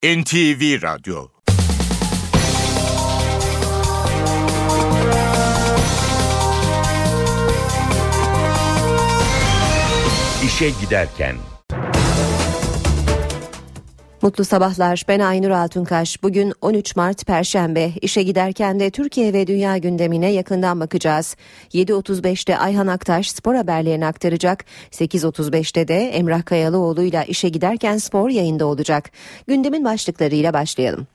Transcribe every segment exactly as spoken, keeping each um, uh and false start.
N T V Radyo. İşe giderken. Mutlu sabahlar. Ben Aynur Altunkaş. Bugün on üç Mart Perşembe. İşe giderken de Türkiye ve dünya gündemine yakından bakacağız. yedi otuz beşte Ayhan Aktaş spor haberlerini aktaracak. sekiz otuz beşte de Emrah Kayalıoğlu ile İşe giderken spor yayında olacak. Gündemin başlıklarıyla başlayalım.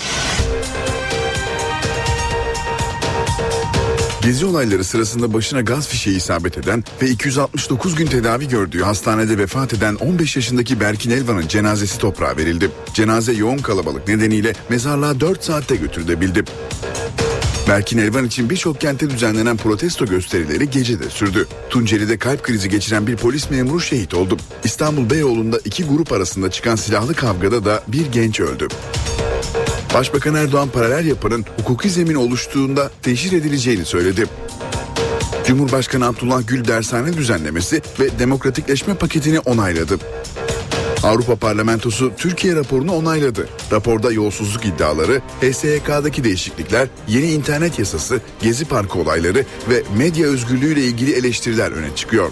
Gezi olayları sırasında başına gaz fişeği isabet eden ve iki yüz altmış dokuz gün tedavi gördüğü hastanede vefat eden on beş yaşındaki Berkin Elvan'ın cenazesi toprağa verildi. Cenaze yoğun kalabalık nedeniyle mezarlığa dört saatte götürülebildi. Berkin Elvan için birçok kentte düzenlenen protesto gösterileri gece de sürdü. Tunceli'de kalp krizi geçiren bir polis memuru şehit oldu. İstanbul Beyoğlu'nda iki grup arasında çıkan silahlı kavgada da bir genç öldü. Başbakan Erdoğan paralel yapının hukuki zemin oluştuğunda teşhir edileceğini söyledi. Cumhurbaşkanı Abdullah Gül dershane düzenlemesi ve demokratikleşme paketini onayladı. Avrupa Parlamentosu Türkiye raporunu onayladı. Raporda yolsuzluk iddiaları, H S Y K'daki değişiklikler, yeni internet yasası, Gezi Parkı olayları ve medya özgürlüğüyle ilgili eleştiriler öne çıkıyor.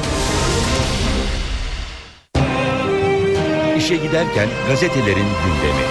İşe giderken gazetelerin gündemi.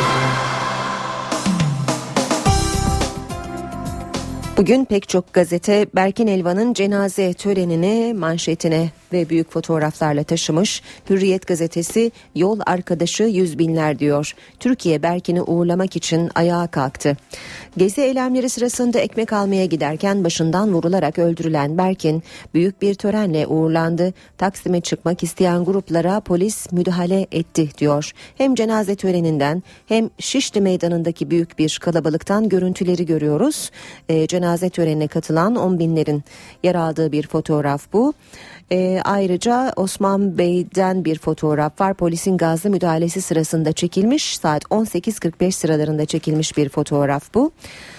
Bugün pek çok gazete Berkin Elvan'ın cenaze törenini manşetine ve büyük fotoğraflarla taşımış. Hürriyet gazetesi yol arkadaşı yüz binler diyor. Türkiye Berkin'i uğurlamak için ayağa kalktı. Gezi eylemleri sırasında ekmek almaya giderken başından vurularak öldürülen Berkin büyük bir törenle uğurlandı. Taksim'e çıkmak isteyen gruplara polis müdahale etti diyor. Hem cenaze töreninden hem Şişli Meydanı'ndaki büyük bir kalabalıktan görüntüleri görüyoruz. E, cenaze törenine katılan on binlerin yer aldığı bir fotoğraf bu. E, ayrıca Osman Bey'den bir fotoğraf var. Polisin gazlı müdahalesi sırasında çekilmiş. Saat on sekiz kırk beş sıralarında çekilmiş bir fotoğraf bu.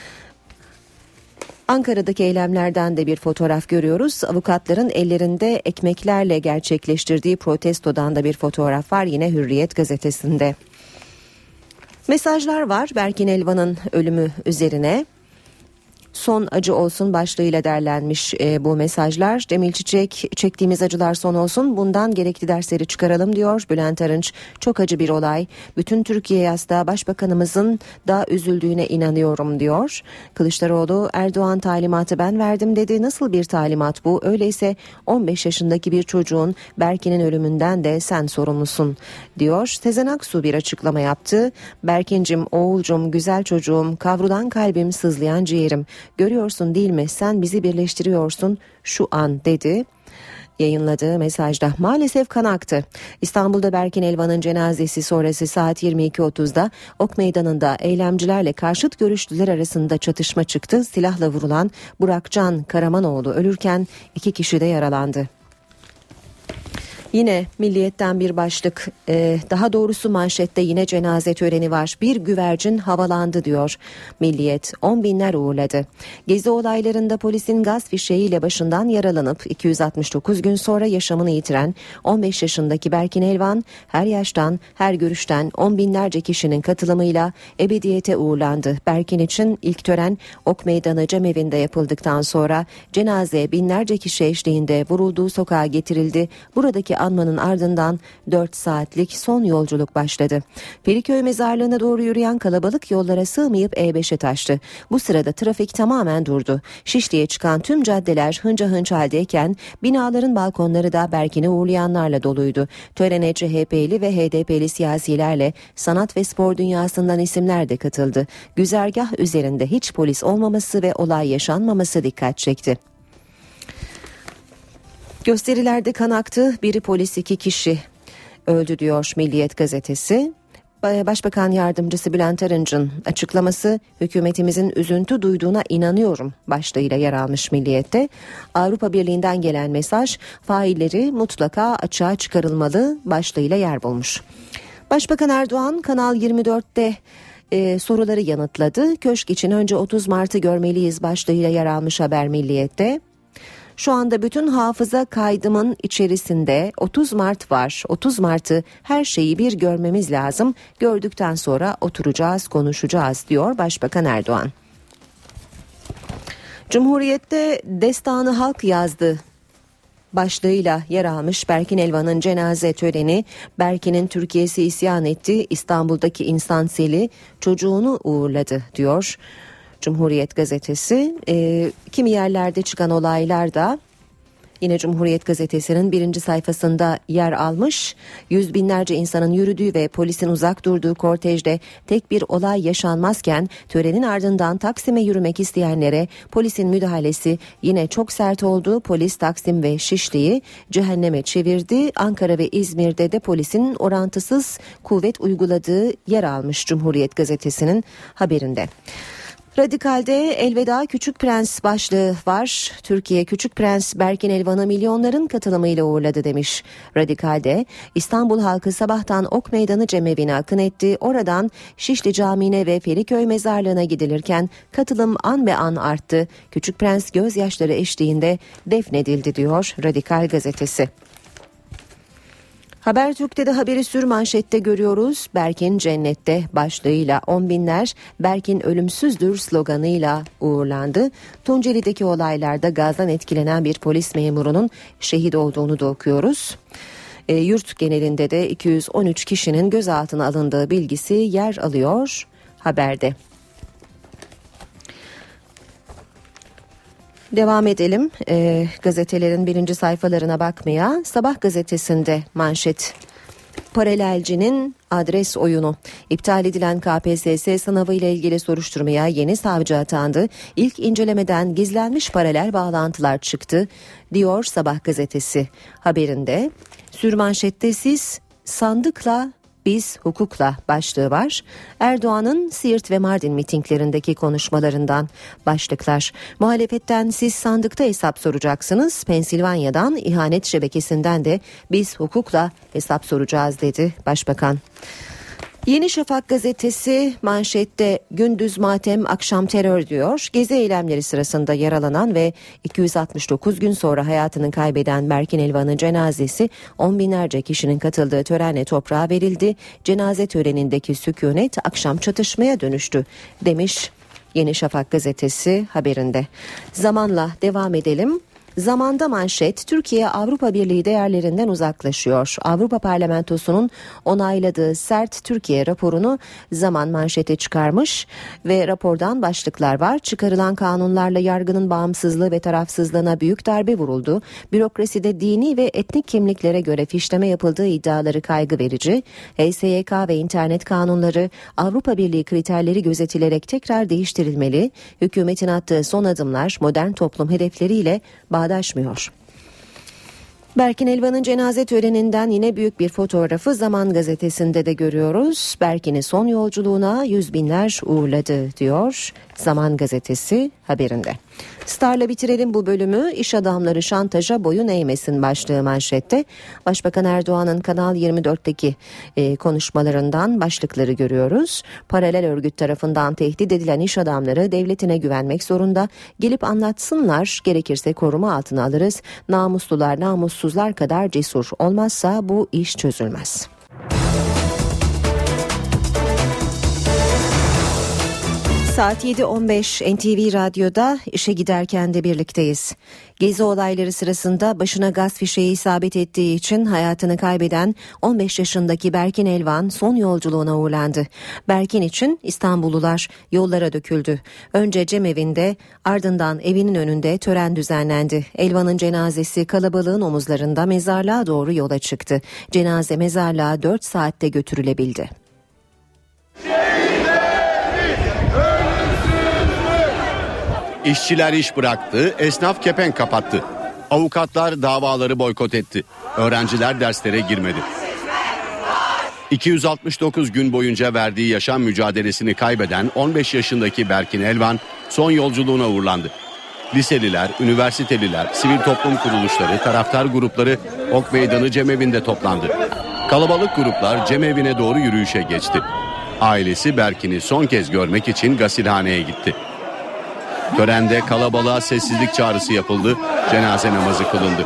Ankara'daki eylemlerden de bir fotoğraf görüyoruz. Avukatların ellerinde ekmeklerle gerçekleştirdiği protestodan da bir fotoğraf var. Yine Hürriyet gazetesinde. Mesajlar var Berkin Elvan'ın ölümü üzerine. Son acı olsun başlığıyla derlenmiş e, bu mesajlar. Cemil Çiçek, çektiğimiz acılar son olsun, bundan gerekli dersleri çıkaralım diyor. Bülent Arınç, çok acı bir olay. Bütün Türkiye'ye hasta, başbakanımızın da üzüldüğüne inanıyorum diyor. Kılıçdaroğlu, Erdoğan talimatı ben verdim dedi. Nasıl bir talimat bu? Öyleyse on beş yaşındaki bir çocuğun Berkin'in ölümünden de sen sorumlusun diyor. Sezen Aksu bir açıklama yaptı. Berkincim, oğulcum, güzel çocuğum, kavrulan kalbim, sızlayan ciğerim. Görüyorsun değil mi? Sen bizi birleştiriyorsun şu an dedi. Yayınladığı mesajda maalesef kan aktı. İstanbul'da Berkin Elvan'ın cenazesi sonrası saat yirmi iki otuzda Ok Meydanı'nda eylemcilerle karşıt görüşlüler arasında çatışma çıktı. Silahla vurulan Burakcan Karamanoğlu ölürken iki kişi de yaralandı. Yine Milliyet'ten bir başlık, ee, daha doğrusu manşette yine cenaze töreni var. Bir güvercin havalandı diyor Milliyet. On binler uğurladı. Gezi olaylarında polisin gaz fişeğiyle başından yaralanıp iki yüz altmış dokuz gün sonra yaşamını yitiren on beş yaşındaki Berkin Elvan her yaştan, her görüşten on binlerce kişinin katılımıyla ebediyete uğurlandı. Berkin için ilk tören Ok Meydanı Cemevi'nde yapıldıktan sonra cenaze binlerce kişi eşliğinde vurulduğu sokağa getirildi. Buradaki anmanın ardından dört saatlik son yolculuk başladı. Feriköy mezarlığına doğru yürüyen kalabalık yollara sığmayıp E beşe taştı. Bu sırada trafik tamamen durdu. Şişli'ye çıkan tüm caddeler hınca hınç haldeyken binaların balkonları da Berkin'i uğurlayanlarla doluydu. Törene C H P'li ve H D P'li siyasilerle sanat ve spor dünyasından isimler de katıldı. Güzergah üzerinde hiç polis olmaması ve olay yaşanmaması dikkat çekti. Gösterilerde kan aktı, biri polis, iki kişi öldü diyor Milliyet gazetesi. Başbakan Yardımcısı Bülent Arınç'ın açıklaması hükümetimizin üzüntü duyduğuna inanıyorum başlığıyla yer almış Milliyet'te. Avrupa Birliği'nden gelen mesaj failleri mutlaka açığa çıkarılmalı başlığıyla yer bulmuş. Başbakan Erdoğan Kanal yirmi dörtte e, soruları yanıtladı. Köşk için önce otuz Mart'ı görmeliyiz başlığıyla yer almış haber Milliyet'te. Şu anda bütün hafıza kaydımın içerisinde otuz Mart var. otuz Mart'ı her şeyi bir görmemiz lazım. Gördükten sonra oturacağız, konuşacağız diyor Başbakan Erdoğan. Cumhuriyet'te destanı halk yazdı başlığıyla yer almış Berkin Elvan'ın cenaze töreni, Berkin'in Türkiye'si isyan etti, İstanbul'daki insan seli çocuğunu uğurladı diyor Cumhuriyet gazetesi. E, kimi yerlerde çıkan olaylar da yine Cumhuriyet gazetesinin birinci sayfasında yer almış. Yüz binlerce insanın yürüdüğü ve polisin uzak durduğu kortejde tek bir olay yaşanmazken törenin ardından Taksim'e yürümek isteyenlere polisin müdahalesi yine çok sert oldu. Polis Taksim ve Şişli'yi cehenneme çevirdi. Ankara ve İzmir'de de polisin orantısız kuvvet uyguladığı yer almış Cumhuriyet gazetesinin haberinde. Radikal'de elveda Küçük Prens başlığı var. Türkiye Küçük Prens Berkin Elvan'ı milyonların katılımıyla uğurladı demiş. Radikal'de İstanbul halkı sabahtan Ok Meydanı Cemevi'ne akın etti. Oradan Şişli Camii'ne ve Feriköy Mezarlığı'na gidilirken katılım an be an arttı. Küçük Prens gözyaşları eşliğinde defnedildi diyor Radikal gazetesi. Habertürk'te de haberi sür manşette görüyoruz. Berkin cennette başlığıyla on binler Berkin ölümsüzdür sloganıyla uğurlandı. Tunceli'deki olaylarda gazdan etkilenen bir polis memurunun şehit olduğunu da okuyoruz. E, yurt genelinde de iki yüz on üç kişinin gözaltına alındığı bilgisi yer alıyor haberde. Devam edelim e, gazetelerin birinci sayfalarına bakmaya. Sabah gazetesinde manşet: paralelcinin adres oyunu. İptal edilen K P S S sınavı ile ilgili soruşturmaya yeni savcı atandı. İlk incelemeden gizlenmiş paralel bağlantılar çıktı diyor Sabah gazetesi haberinde. Sürmanşette siz sandıkla biz hukukla başlığı var. Erdoğan'ın Siirt ve Mardin mitinglerindeki konuşmalarından başlıklar. Muhalefetten siz sandıkta hesap soracaksınız. Pensilvanya'dan ihanet şebekesinden de biz hukukla hesap soracağız dedi Başbakan. Yeni Şafak gazetesi manşette gündüz matem akşam terör diyor. Gezi eylemleri sırasında yaralanan ve iki yüz altmış dokuz gün sonra hayatını kaybeden Berkin Elvan'ın cenazesi on binlerce kişinin katıldığı törenle toprağa verildi. Cenaze törenindeki sükunet akşam çatışmaya dönüştü demiş Yeni Şafak gazetesi haberinde. Zamanla devam edelim. Zamanda manşet: Türkiye Avrupa Birliği değerlerinden uzaklaşıyor. Avrupa Parlamentosu'nun onayladığı sert Türkiye raporunu Zaman manşete çıkarmış ve rapordan başlıklar var. Çıkarılan kanunlarla yargının bağımsızlığı ve tarafsızlığına büyük darbe vuruldu. Bürokraside dini ve etnik kimliklere göre fişleme yapıldığı iddiaları kaygı verici. H S Y K ve internet kanunları Avrupa Birliği kriterleri gözetilerek tekrar değiştirilmeli. Hükümetin attığı son adımlar modern toplum hedefleriyle bağdaşmıyor. Berkin Elvan'ın cenaze töreninden yine büyük bir fotoğrafı Zaman gazetesinde de görüyoruz. Berkin'i son yolculuğuna yüz binler uğurladı diyor Zaman gazetesi haberinde. Star'la bitirelim bu bölümü. İş adamları şantaja boyun eğmesin başlığı manşette. Başbakan Erdoğan'ın Kanal yirmi dörtteki e, konuşmalarından başlıkları görüyoruz. Paralel örgüt tarafından tehdit edilen iş adamları devletine güvenmek zorunda. Gelip anlatsınlar, gerekirse koruma altına alırız. Namuslular namussuzlar kadar cesur olmazsa bu iş çözülmez. Saat yedi on beş N T V Radyo'da işe giderken de birlikteyiz. Gezi olayları sırasında başına gaz fişeği isabet ettiği için hayatını kaybeden on beş yaşındaki Berkin Elvan son yolculuğuna uğurlandı. Berkin için İstanbullular yollara döküldü. Önce cemevinde, ardından evinin önünde tören düzenlendi. Elvan'ın cenazesi kalabalığın omuzlarında mezarlığa doğru yola çıktı. Cenaze mezarlığa dört saatte götürülebildi. İşçiler iş bıraktı, esnaf kepenk kapattı. Avukatlar davaları boykot etti. Öğrenciler derslere girmedi. iki yüz altmış dokuz gün boyunca verdiği yaşam mücadelesini kaybeden on beş yaşındaki Berkin Elvan son yolculuğuna uğurlandı. Liseliler, üniversiteliler, sivil toplum kuruluşları, taraftar grupları Ok Meydanı Cemevi'nde toplandı. Kalabalık gruplar Cemevi'ne doğru yürüyüşe geçti. Ailesi Berkin'i son kez görmek için gasilhaneye gitti. Törende kalabalığa sessizlik çağrısı yapıldı. cenaze namazı kılındı.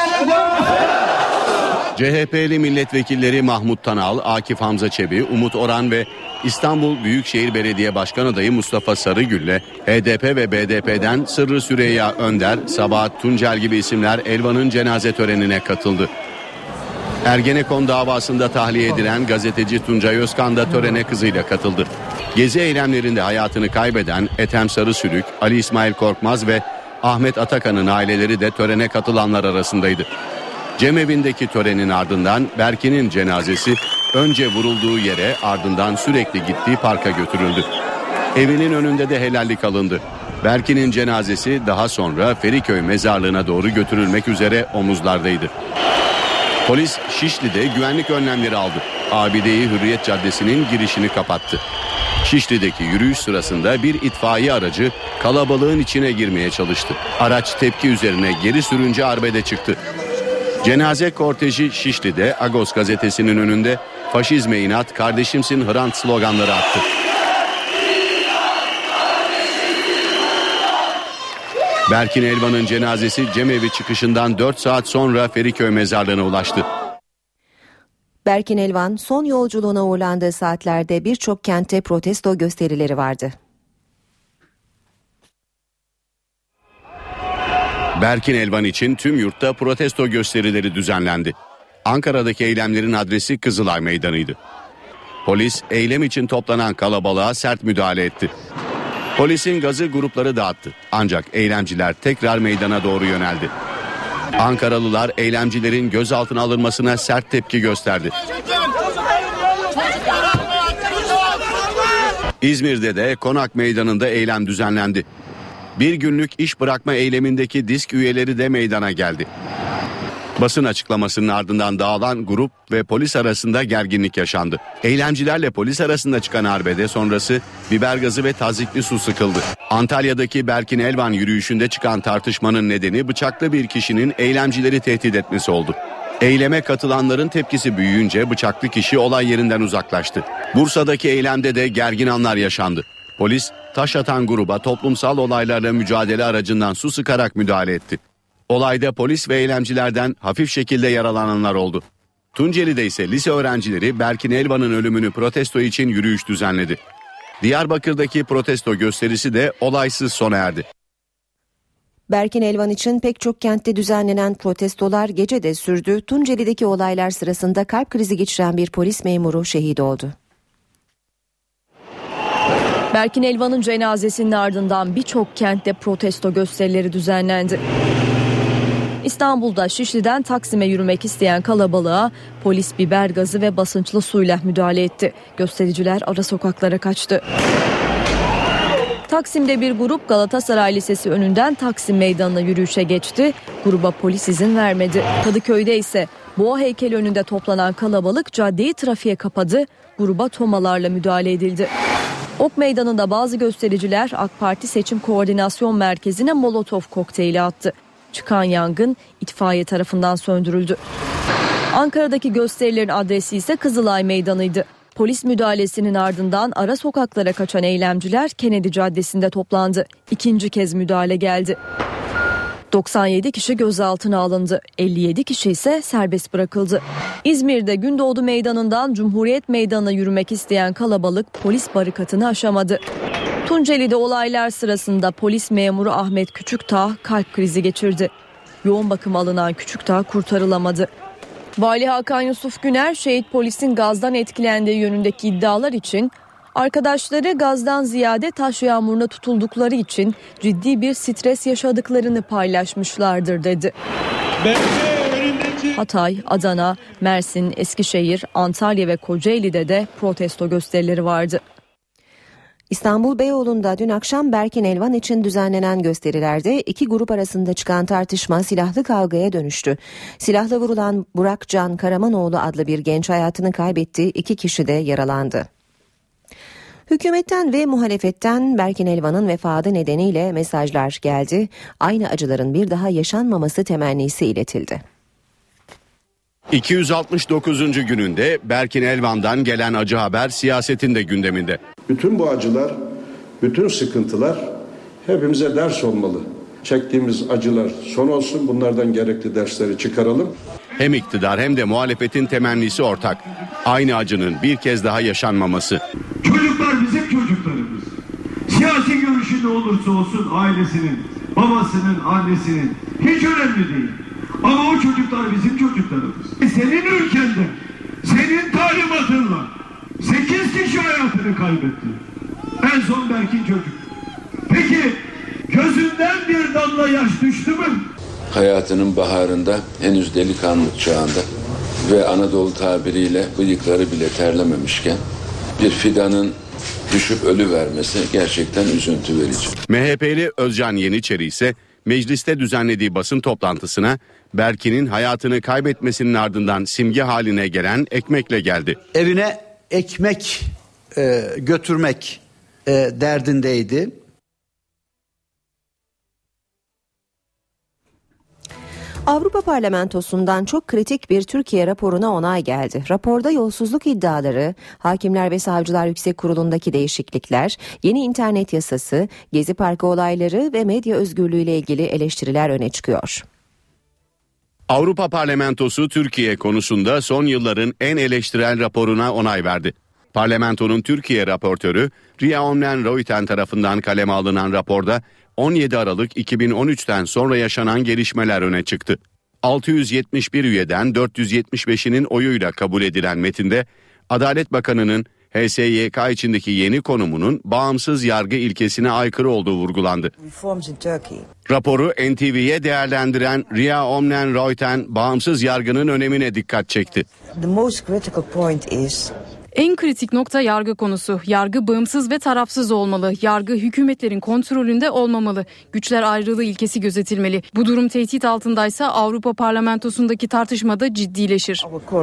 C H P'li milletvekilleri Mahmut Tanal, Akif Hamza Çebi, Umut Orhan ve İstanbul Büyükşehir Belediye Başkan adayı Mustafa Sarıgül'le H D P ve B D P'den Sırrı Süreyya Önder, Sabahat Tuncel gibi isimler Elvan'ın cenaze törenine katıldı. Ergenekon davasında tahliye edilen gazeteci Tuncay Özkan da törene kızıyla katıldı. Gezi eylemlerinde hayatını kaybeden Ethem Sarısülük, Ali İsmail Korkmaz ve Ahmet Atakan'ın aileleri de törene katılanlar arasındaydı. Cemevindeki törenin ardından Berkin'in cenazesi önce vurulduğu yere, ardından sürekli gittiği parka götürüldü. Evinin önünde de helallik alındı. Berkin'in cenazesi daha sonra Feriköy mezarlığına doğru götürülmek üzere omuzlardaydı. Polis Şişli'de güvenlik önlemleri aldı. Abide-i Hürriyet Caddesi'nin girişini kapattı. Şişli'deki yürüyüş sırasında bir itfaiye aracı kalabalığın içine girmeye çalıştı. Araç tepki üzerine geri sürünce arbede çıktı. Cenaze korteji Şişli'de Agos gazetesinin önünde "Faşizme inat, kardeşimsin Hrant" sloganları attı. Berkin Elvan'ın cenazesi cemevi çıkışından dört saat sonra Feriköy mezarlığına ulaştı. Berkin Elvan son yolculuğuna uğurlandığı saatlerde birçok kentte protesto gösterileri vardı. Berkin Elvan için tüm yurtta protesto gösterileri düzenlendi. Ankara'daki eylemlerin adresi Kızılay Meydanı'ydı. Polis eylem için toplanan kalabalığa sert müdahale etti. Polisin gazı grupları dağıttı. Ancak eylemciler tekrar meydana doğru yöneldi. Ankaralılar eylemcilerin gözaltına alınmasına sert tepki gösterdi. İzmir'de de Konak Meydanı'nda eylem düzenlendi. Bir günlük iş bırakma eylemindeki disk üyeleri de meydana geldi. Basın açıklamasının ardından dağılan grup ve polis arasında gerginlik yaşandı. Eylemcilerle polis arasında çıkan arbede sonrası biber gazı ve tazyikli su sıkıldı. Antalya'daki Berkin Elvan yürüyüşünde çıkan tartışmanın nedeni bıçaklı bir kişinin eylemcileri tehdit etmesi oldu. Eyleme katılanların tepkisi büyüyünce bıçaklı kişi olay yerinden uzaklaştı. Bursa'daki eylemde de gergin anlar yaşandı. Polis taş atan gruba toplumsal olaylarla mücadele aracından su sıkarak müdahale etti. Olayda polis ve eylemcilerden hafif şekilde yaralananlar oldu. Tunceli'de ise lise öğrencileri Berkin Elvan'ın ölümünü protesto için yürüyüş düzenledi. Diyarbakır'daki protesto gösterisi de olaysız sona erdi. Berkin Elvan için pek çok kentte düzenlenen protestolar gece de sürdü. Tunceli'deki olaylar sırasında kalp krizi geçiren bir polis memuru şehit oldu. Berkin Elvan'ın cenazesinin ardından birçok kentte protesto gösterileri düzenlendi. İstanbul'da Şişli'den Taksim'e yürümek isteyen kalabalığa polis biber gazı ve basınçlı suyla müdahale etti. Göstericiler ara sokaklara kaçtı. Taksim'de bir grup Galatasaray Lisesi önünden Taksim Meydanı'na yürüyüşe geçti. Gruba polis izin vermedi. Kadıköy'de ise Boğa heykeli önünde toplanan kalabalık caddeyi trafiğe kapadı. Gruba tomalarla müdahale edildi. Ok Meydanı'nda bazı göstericiler AK Parti Seçim Koordinasyon Merkezi'ne Molotof kokteyli attı. Çıkan yangın itfaiye tarafından söndürüldü. Ankara'daki gösterilerin adresi ise Kızılay Meydanı'ydı. Polis müdahalesinin ardından ara sokaklara kaçan eylemciler Kennedy Caddesi'nde toplandı. İkinci kez müdahale geldi. doksan yedi kişi gözaltına alındı. elli yedi kişi ise serbest bırakıldı. İzmir'de Gündoğdu Meydanı'ndan Cumhuriyet Meydanı'na yürümek isteyen kalabalık polis barikatını aşamadı. Tunceli'de olaylar sırasında polis memuru Ahmet Küçüktağ kalp krizi geçirdi. Yoğun bakım alınan Küçüktağ kurtarılamadı. Vali Hakan Yusuf Güner, şehit polisin gazdan etkilendiği yönündeki iddialar için arkadaşları gazdan ziyade taş yağmuruna tutuldukları için ciddi bir stres yaşadıklarını paylaşmışlardır dedi. Hatay, Adana, Mersin, Eskişehir, Antalya ve Kocaeli'de de protesto gösterileri vardı. İstanbul Beyoğlu'nda dün akşam Berkin Elvan için düzenlenen gösterilerde iki grup arasında çıkan tartışma silahlı kavgaya dönüştü. Silahla vurulan Burak Can Karamanoğlu adlı bir genç hayatını kaybetti, iki kişi de yaralandı. Hükümetten ve muhalefetten Berkin Elvan'ın vefatı nedeniyle mesajlar geldi. Aynı acıların bir daha yaşanmaması temennisi iletildi. iki yüz altmış dokuzuncu gününde Berkin Elvan'dan gelen acı haber siyasetin de gündeminde. Bütün bu acılar, bütün sıkıntılar hepimize ders olmalı. Çektiğimiz acılar son olsun. Bunlardan gerekli dersleri çıkaralım. Hem iktidar hem de muhalefetin temennisi ortak. Aynı acının bir kez daha yaşanmaması. Çocuklar bizim çocuklarımız. Siyasi görüşü ne olursa olsun ailesinin, babasının, annesinin hiç önemli değil. Ama o çocuklar bizim çocuklarımız. Senin ülkende, senin talimatınla sekiz kişi hayatını kaybetti. En son Berk'in çocuk. Peki gözünden bir damla yaş düştü mü? Hayatının baharında, henüz delikanlı çağında ve Anadolu tabiriyle bıyıkları bile terlememişken bir fidanın düşüp ölü vermesi gerçekten üzüntü verici. M H P'li Özcan Yeniçeri ise mecliste düzenlediği basın toplantısına Berkin'in hayatını kaybetmesinin ardından simge haline gelen ekmekle geldi. Evine ekmek e, götürmek e, derdindeydi. Avrupa Parlamentosu'ndan çok kritik bir Türkiye raporuna onay geldi. Raporda yolsuzluk iddiaları, Hakimler ve Savcılar Yüksek Kurulu'ndaki değişiklikler, yeni internet yasası, Gezi Parkı olayları ve medya özgürlüğü ile ilgili eleştiriler öne çıkıyor. Avrupa Parlamentosu Türkiye konusunda son yılların en eleştirel raporuna onay verdi. Parlamentonun Türkiye raportörü Ria Oomen-Ruijten tarafından kaleme alınan raporda on yedi Aralık iki bin on üçten sonra yaşanan gelişmeler öne çıktı. altı yüz yetmiş bir üyeden dört yüz yetmiş beşinin oyuyla kabul edilen metinde Adalet Bakanı'nın H S Y K içindeki yeni konumunun bağımsız yargı ilkesine aykırı olduğu vurgulandı. Raporu N T V'ye değerlendiren Ria Oomen-Ruijten bağımsız yargının önemine dikkat çekti. En kritik nokta yargı konusu. Yargı bağımsız ve tarafsız olmalı. Yargı hükümetlerin kontrolünde olmamalı. Güçler ayrılığı ilkesi gözetilmeli. Bu durum tehdit altındaysa Avrupa Parlamentosu'ndaki tartışmada ciddileşir.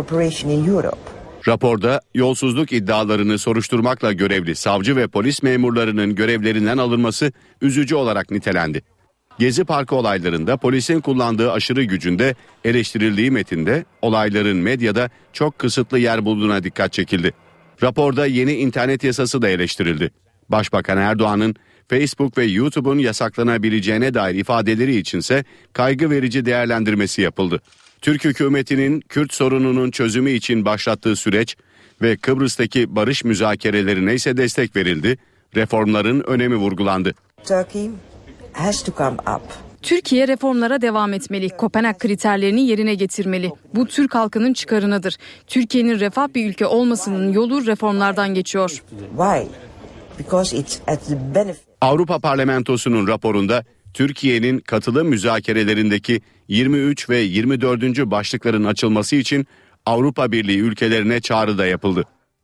Raporda yolsuzluk iddialarını soruşturmakla görevli savcı ve polis memurlarının görevlerinden alınması üzücü olarak nitelendi. Gezi Parkı olaylarında polisin kullandığı aşırı gücünde eleştirildiği metinde olayların medyada çok kısıtlı yer bulduğuna dikkat çekildi. Raporda yeni internet yasası da eleştirildi. Başbakan Erdoğan'ın Facebook ve YouTube'un yasaklanabileceğine dair ifadeleri içinse kaygı verici değerlendirmesi yapıldı. Türk hükümetinin Kürt sorununun çözümü için başlattığı süreç ve Kıbrıs'taki barış müzakerelerine ise destek verildi. Reformların önemi vurgulandı. Turkey has to come up. Türkiye reformlara devam etmeli. Kopenhag kriterlerini yerine getirmeli. Bu Türk halkının çıkarınadır. Türkiye'nin refah bir ülke olmasının yolu reformlardan geçiyor. Why? Because it's at the benefit. Avrupa Parlamentosu'nun raporunda Türkiye'nin katılım müzakerelerindeki yirmi üç ve yirmi dördüncü başlıkların açılması için Avrupa Birliği ülkelerine çağrı da yapıldı.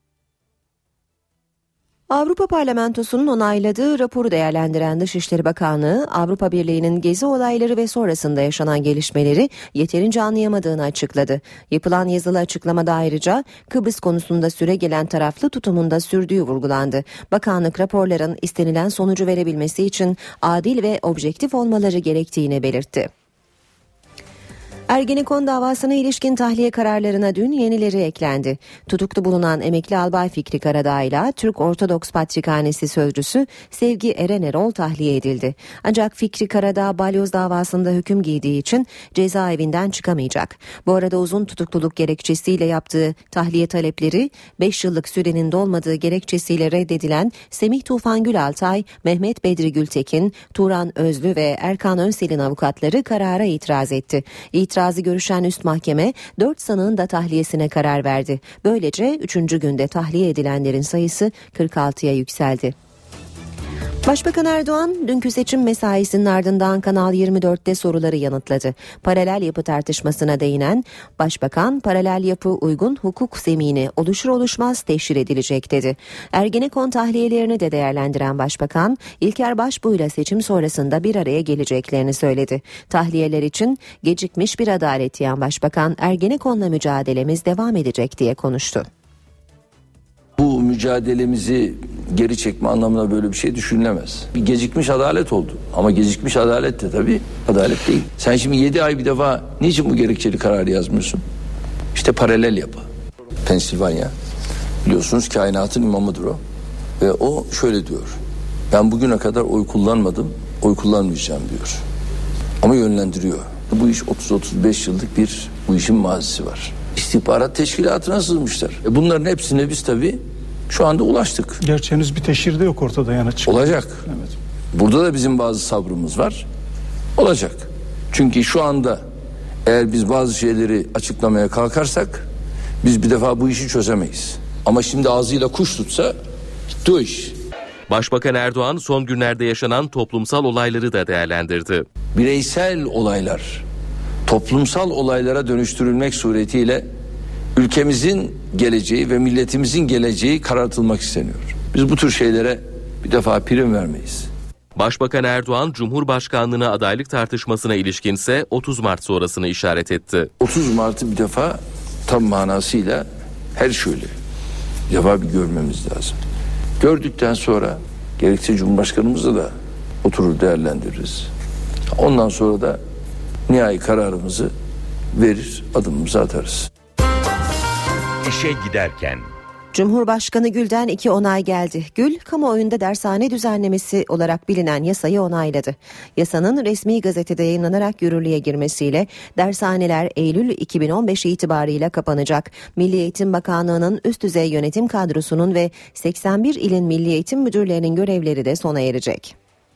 Avrupa Parlamentosu'nun onayladığı raporu değerlendiren Dışişleri Bakanlığı, Avrupa Birliği'nin gezi olayları ve sonrasında yaşanan gelişmeleri yeterince anlayamadığını açıkladı. Yapılan yazılı açıklamada ayrıca Kıbrıs konusunda süregelen taraflı tutumunda sürdüğü vurgulandı. Bakanlık raporların istenilen sonucu verebilmesi için adil ve objektif olmaları gerektiğini belirtti. Ergenekon davasına ilişkin tahliye kararlarına dün yenileri eklendi. Tutuklu bulunan emekli albay Fikri Karadağ ile Türk Ortodoks Patrikhanesi sözcüsü Sevgi Eren Erol tahliye edildi. Ancak Fikri Karadağ balyoz davasında hüküm giydiği için cezaevinden çıkamayacak. Bu arada uzun tutukluluk gerekçesiyle yaptığı tahliye talepleri beş yıllık sürenin dolmadığı gerekçesiyle reddedilen Semih Tufan Gülaltay, Mehmet Bedri Gültekin, Turan Özlü ve Erkan Önsel'in avukatları karara itiraz etti. İtiraz İtirazı görüşen üst mahkeme dört sanığın da tahliyesine karar verdi. Böylece üçüncü günde tahliye edilenlerin sayısı kırk altıya yükseldi. Başbakan Erdoğan dünkü seçim mesaisinin ardından Kanal yirmi dörtte soruları yanıtladı. Paralel yapı tartışmasına değinen Başbakan, paralel yapı uygun hukuk zemini oluşur oluşmaz teşhir edilecek dedi. Ergenekon tahliyelerini de değerlendiren Başbakan, İlker Başbuğ'yla seçim sonrasında bir araya geleceklerini söyledi. Tahliyeler için gecikmiş bir adalet diyen Başbakan, Ergenekon'la mücadelemiz devam edecek diye konuştu. Bu mücadelemizi geri çekme anlamına böyle bir şey düşünülemez. Bir gecikmiş adalet oldu. Ama gecikmiş adalet de tabii adalet değil. Sen şimdi yedi ay bir defa niçin bu gerekçeli kararı yazmıyorsun? İşte paralel yapı. Pensilvanya. Biliyorsunuz kainatın imamıdır o. Ve o şöyle diyor. Ben bugüne kadar oy kullanmadım, oy kullanmayacağım diyor. ama yönlendiriyor. Bu iş otuz otuz beş yıllık bir bu işin mazisi var. İstihbarat teşkilatına sızmışlar. E bunların hepsine biz tabii şu anda ulaştık. Gerçi henüz bir teşhir de yok ortada yani. Çıkıyor. Olacak. Evet. Burada da bizim bazı sabrımız var. Olacak. Çünkü şu anda eğer biz bazı şeyleri açıklamaya kalkarsak biz bir defa bu işi çözemeyiz. Ama şimdi ağzıyla kuş tutsa gitti o iş. Başbakan Erdoğan son günlerde yaşanan toplumsal olayları da değerlendirdi. Bireysel olaylar toplumsal olaylara dönüştürülmek suretiyle ülkemizin geleceği ve milletimizin geleceği karartılmak isteniyor. Biz bu tür şeylere bir defa prim vermeyiz. Başbakan Erdoğan Cumhurbaşkanlığına adaylık tartışmasına ilişkinse otuz Mart sonrasını işaret etti. otuz Mart'ı bir defa tam manasıyla her şöyle bir defa bir görmemiz lazım. Gördükten sonra gerekse Cumhurbaşkanımızla da oturur değerlendiririz. Ondan sonra da nihai kararımızı verir, adımımızı atarız. İşe giderken Cumhurbaşkanı Gül'den iki onay geldi. Gül, kamuoyunda dershane düzenlemesi olarak bilinen yasayı onayladı. Yasanın resmi gazetede yayınlanarak yürürlüğe girmesiyle dershaneler Eylül iki bin on beş itibarıyla kapanacak. Milli Eğitim Bakanlığı'nın üst düzey yönetim kadrosunun ve seksen bir ilin milli eğitim müdürlerinin görevleri de sona erecek.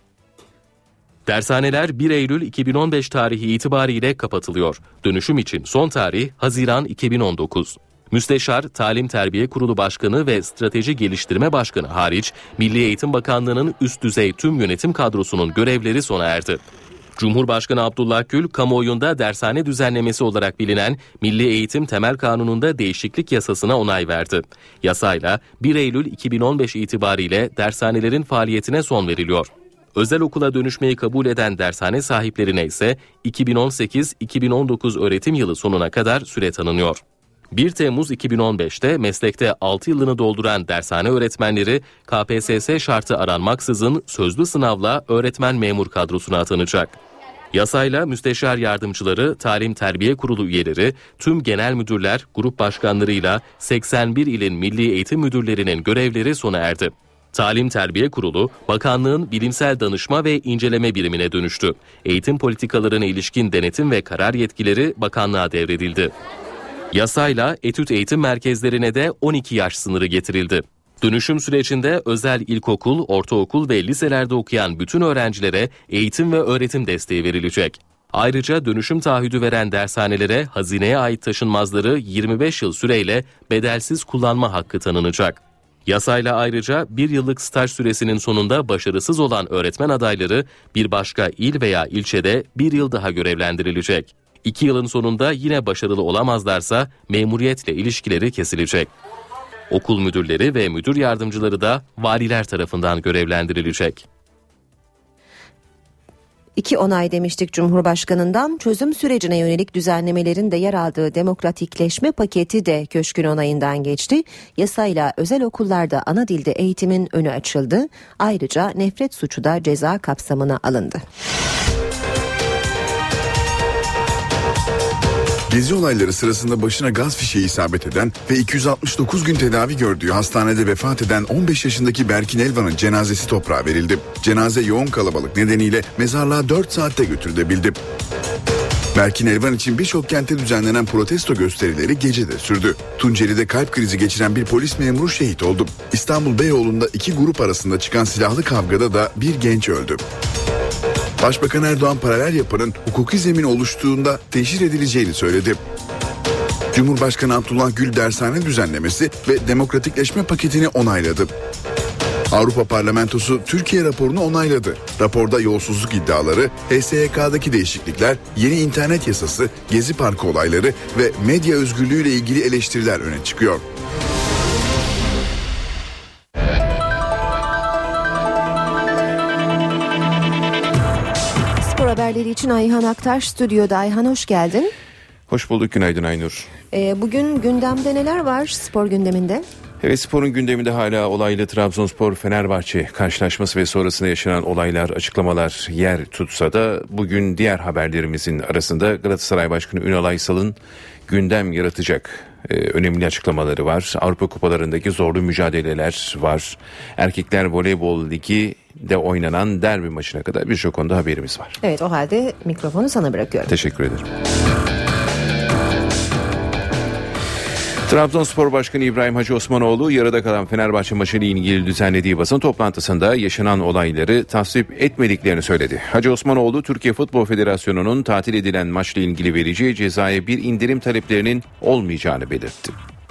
Dershaneler bir Eylül iki bin on beş tarihi itibariyle kapatılıyor. Dönüşüm için son tarih Haziran iki bin on dokuz. Müsteşar, Talim Terbiye Kurulu Başkanı ve Strateji Geliştirme Başkanı hariç Milli Eğitim Bakanlığı'nın üst düzey tüm yönetim kadrosunun görevleri sona erdi. Cumhurbaşkanı Abdullah Gül, kamuoyunda dershane düzenlemesi olarak bilinen Milli Eğitim Temel Kanunu'nda değişiklik yasasına onay verdi. Yasayla bir Eylül iki bin on beş itibariyle dershanelerin faaliyetine son veriliyor. Özel okula dönüşmeyi kabul eden dershane sahiplerine ise iki bin on sekiz iki bin on dokuz öğretim yılı sonuna kadar süre tanınıyor. bir Temmuz iki bin on beşte meslekte altı yılını dolduran dershane öğretmenleri K P S S şartı aranmaksızın sözlü sınavla öğretmen memur kadrosuna atanacak. Yasayla müsteşar yardımcıları, Talim Terbiye Kurulu üyeleri, tüm genel müdürler, grup başkanlarıyla seksen bir ilin milli eğitim müdürlerinin görevleri sona erdi. Talim Terbiye Kurulu, bakanlığın bilimsel danışma ve inceleme birimine dönüştü. Eğitim politikalarına ilişkin denetim ve karar yetkileri bakanlığa devredildi. Yasayla etüt eğitim merkezlerine de on iki yaş sınırı getirildi. Dönüşüm sürecinde özel ilkokul, ortaokul ve liselerde okuyan bütün öğrencilere eğitim ve öğretim desteği verilecek. Ayrıca dönüşüm taahhüdü veren dershanelere hazineye ait taşınmazları yirmi beş yıl süreyle bedelsiz kullanma hakkı tanınacak. Yasayla ayrıca bir yıllık staj süresinin sonunda başarısız olan öğretmen adayları bir başka il veya ilçede bir yıl daha görevlendirilecek. İki yılın sonunda yine başarılı olamazlarsa memuriyetle ilişkileri kesilecek. Okul müdürleri ve müdür yardımcıları da valiler tarafından görevlendirilecek. İki onay demiştik Cumhurbaşkanı'ndan. Çözüm sürecine yönelik düzenlemelerin de yer aldığı demokratikleşme paketi de Köşk'ün onayından geçti. Yasayla özel okullarda ana dilde eğitimin önü açıldı. Ayrıca nefret suçu da ceza kapsamına alındı. Gezi olayları sırasında başına gaz fişeği isabet eden ve iki yüz altmış dokuz gün tedavi gördüğü hastanede vefat eden on beş yaşındaki Berkin Elvan'ın cenazesi toprağa verildi. Cenaze yoğun kalabalık nedeniyle mezarlığa dört saatte götürülebildi. Berkin Elvan için birçok kentte düzenlenen protesto gösterileri gece de sürdü. Tunceli'de kalp krizi geçiren bir polis memuru şehit oldu. İstanbul Beyoğlu'nda iki grup arasında çıkan silahlı kavgada da bir genç öldü. Başbakan Erdoğan paralel yapının hukuki zemin oluştuğunda teşhir edileceğini söyledi. Cumhurbaşkanı Abdullah Gül dershane düzenlemesi ve demokratikleşme paketini onayladı. Avrupa Parlamentosu Türkiye raporunu onayladı. Raporda yolsuzluk iddiaları, H S Y K'daki değişiklikler, yeni internet yasası, Gezi Parkı olayları ve medya özgürlüğüyle ilgili eleştiriler öne çıkıyor. Spor haberleri için Ayhan Aktaş stüdyoda. Ayhan, hoş geldin. Hoş bulduk, günaydın Aynur. Ee, bugün gündemde neler var spor gündeminde? Evet, sporun gündeminde hala olaylı Trabzonspor-Fenerbahçe karşılaşması ve sonrasında yaşanan olaylar, açıklamalar yer tutsa da bugün diğer haberlerimizin arasında Galatasaray Başkanı Ünal Aysal'ın gündem yaratacak e, önemli açıklamaları var. Avrupa kupalarındaki zorlu mücadeleler var. Erkekler Voleybol Ligi de oynanan derbi maçına kadar birçok konuda haberimiz var. Evet, o halde mikrofonu sana bırakıyorum. Teşekkür ederim. Trabzonspor Başkanı İbrahim Hacı Osmanoğlu yarıda kalan Fenerbahçe maçıyla ilgili düzenlediği basın toplantısında yaşanan olayları tasvip etmediklerini söyledi. Hacı Osmanoğlu, Türkiye Futbol Federasyonu'nun tatil edilen maçla ilgili vereceği cezaya bir indirim taleplerinin olmayacağını belirtti.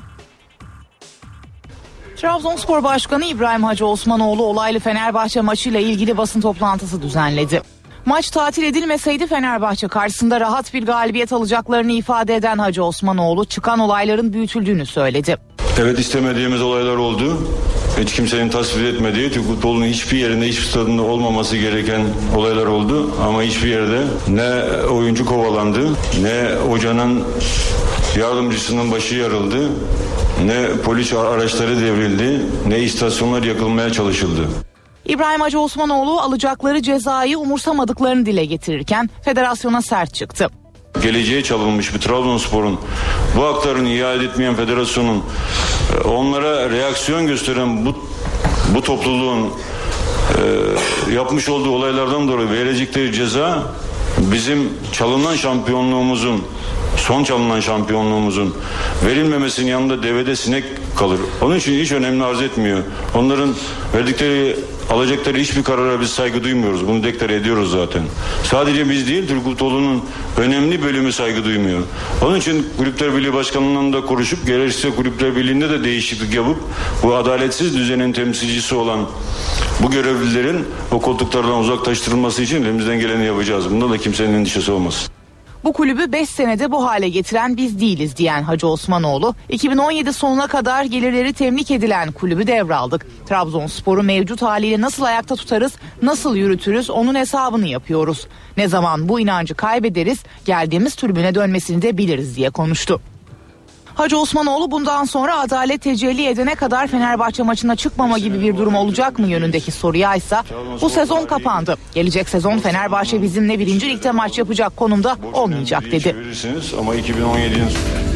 Trabzonspor Başkanı İbrahim Hacı Osmanoğlu olaylı Fenerbahçe maçıyla ilgili basın toplantısı düzenledi. Maç tatil edilmeseydi Fenerbahçe karşısında rahat bir galibiyet alacaklarını ifade eden Hacı Osmanoğlu çıkan olayların büyütüldüğünü söyledi. Evet, istemediğimiz olaylar oldu. Hiç kimsenin tasvip etmediği, Türk futbolunun hiçbir yerinde, hiçbir stadında olmaması gereken olaylar oldu. Ama hiçbir yerde ne oyuncu kovalandı, ne hocanın yardımcısının başı yarıldı, ne polis araçları devrildi, ne istasyonlar yakılmaya çalışıldı. İbrahim Hacı Osmanoğlu alacakları cezayı umursamadıklarını dile getirirken federasyona sert çıktı. Geleceğe çalınmış bir Trabzonspor'un, bu haklarını iade etmeyen federasyonun, onlara reaksiyon gösteren bu bu topluluğun e, yapmış olduğu olaylardan dolayı verecekleri ceza bizim çalınan şampiyonluğumuzun, son çalınan şampiyonluğumuzun verilmemesinin yanında devede sinek kalır. Onun için hiç önemli arz etmiyor. Onların verdikleri, alacakları hiçbir karara biz saygı duymuyoruz. Bunu deklare ediyoruz zaten. Sadece biz değil, Türk futbolunun önemli bölümü saygı duymuyor. Onun için Kulüpler Birliği Başkanlığı'ndan da konuşup, gerekirse Kulüpler Birliği'nde de değişiklik yapıp bu adaletsiz düzenin temsilcisi olan bu görevlilerin o koltuklardan uzaklaştırılması için elimizden geleni yapacağız. Bunda da kimsenin endişesi olmasın. Bu kulübü beş senede bu hale getiren biz değiliz diyen Hacı Osmanoğlu, iki bin on yedi sonuna kadar gelirleri temlik edilen kulübü devraldık. Trabzonspor'u mevcut haliyle nasıl ayakta tutarız, nasıl yürütürüz onun hesabını yapıyoruz. Ne zaman bu inancı kaybederiz, geldiğimiz tribüne dönmesini de biliriz diye konuştu. Hacı Osmanoğlu bundan sonra adalet tecelli edene kadar Fenerbahçe maçına çıkmama gibi bir durum olacak mı yönündeki soruya ise bu sezon kapandı. Gelecek sezon Fenerbahçe bizimle birinci ligde maç yapacak konumda olmayacak dedi. Ama iki bin on yedinin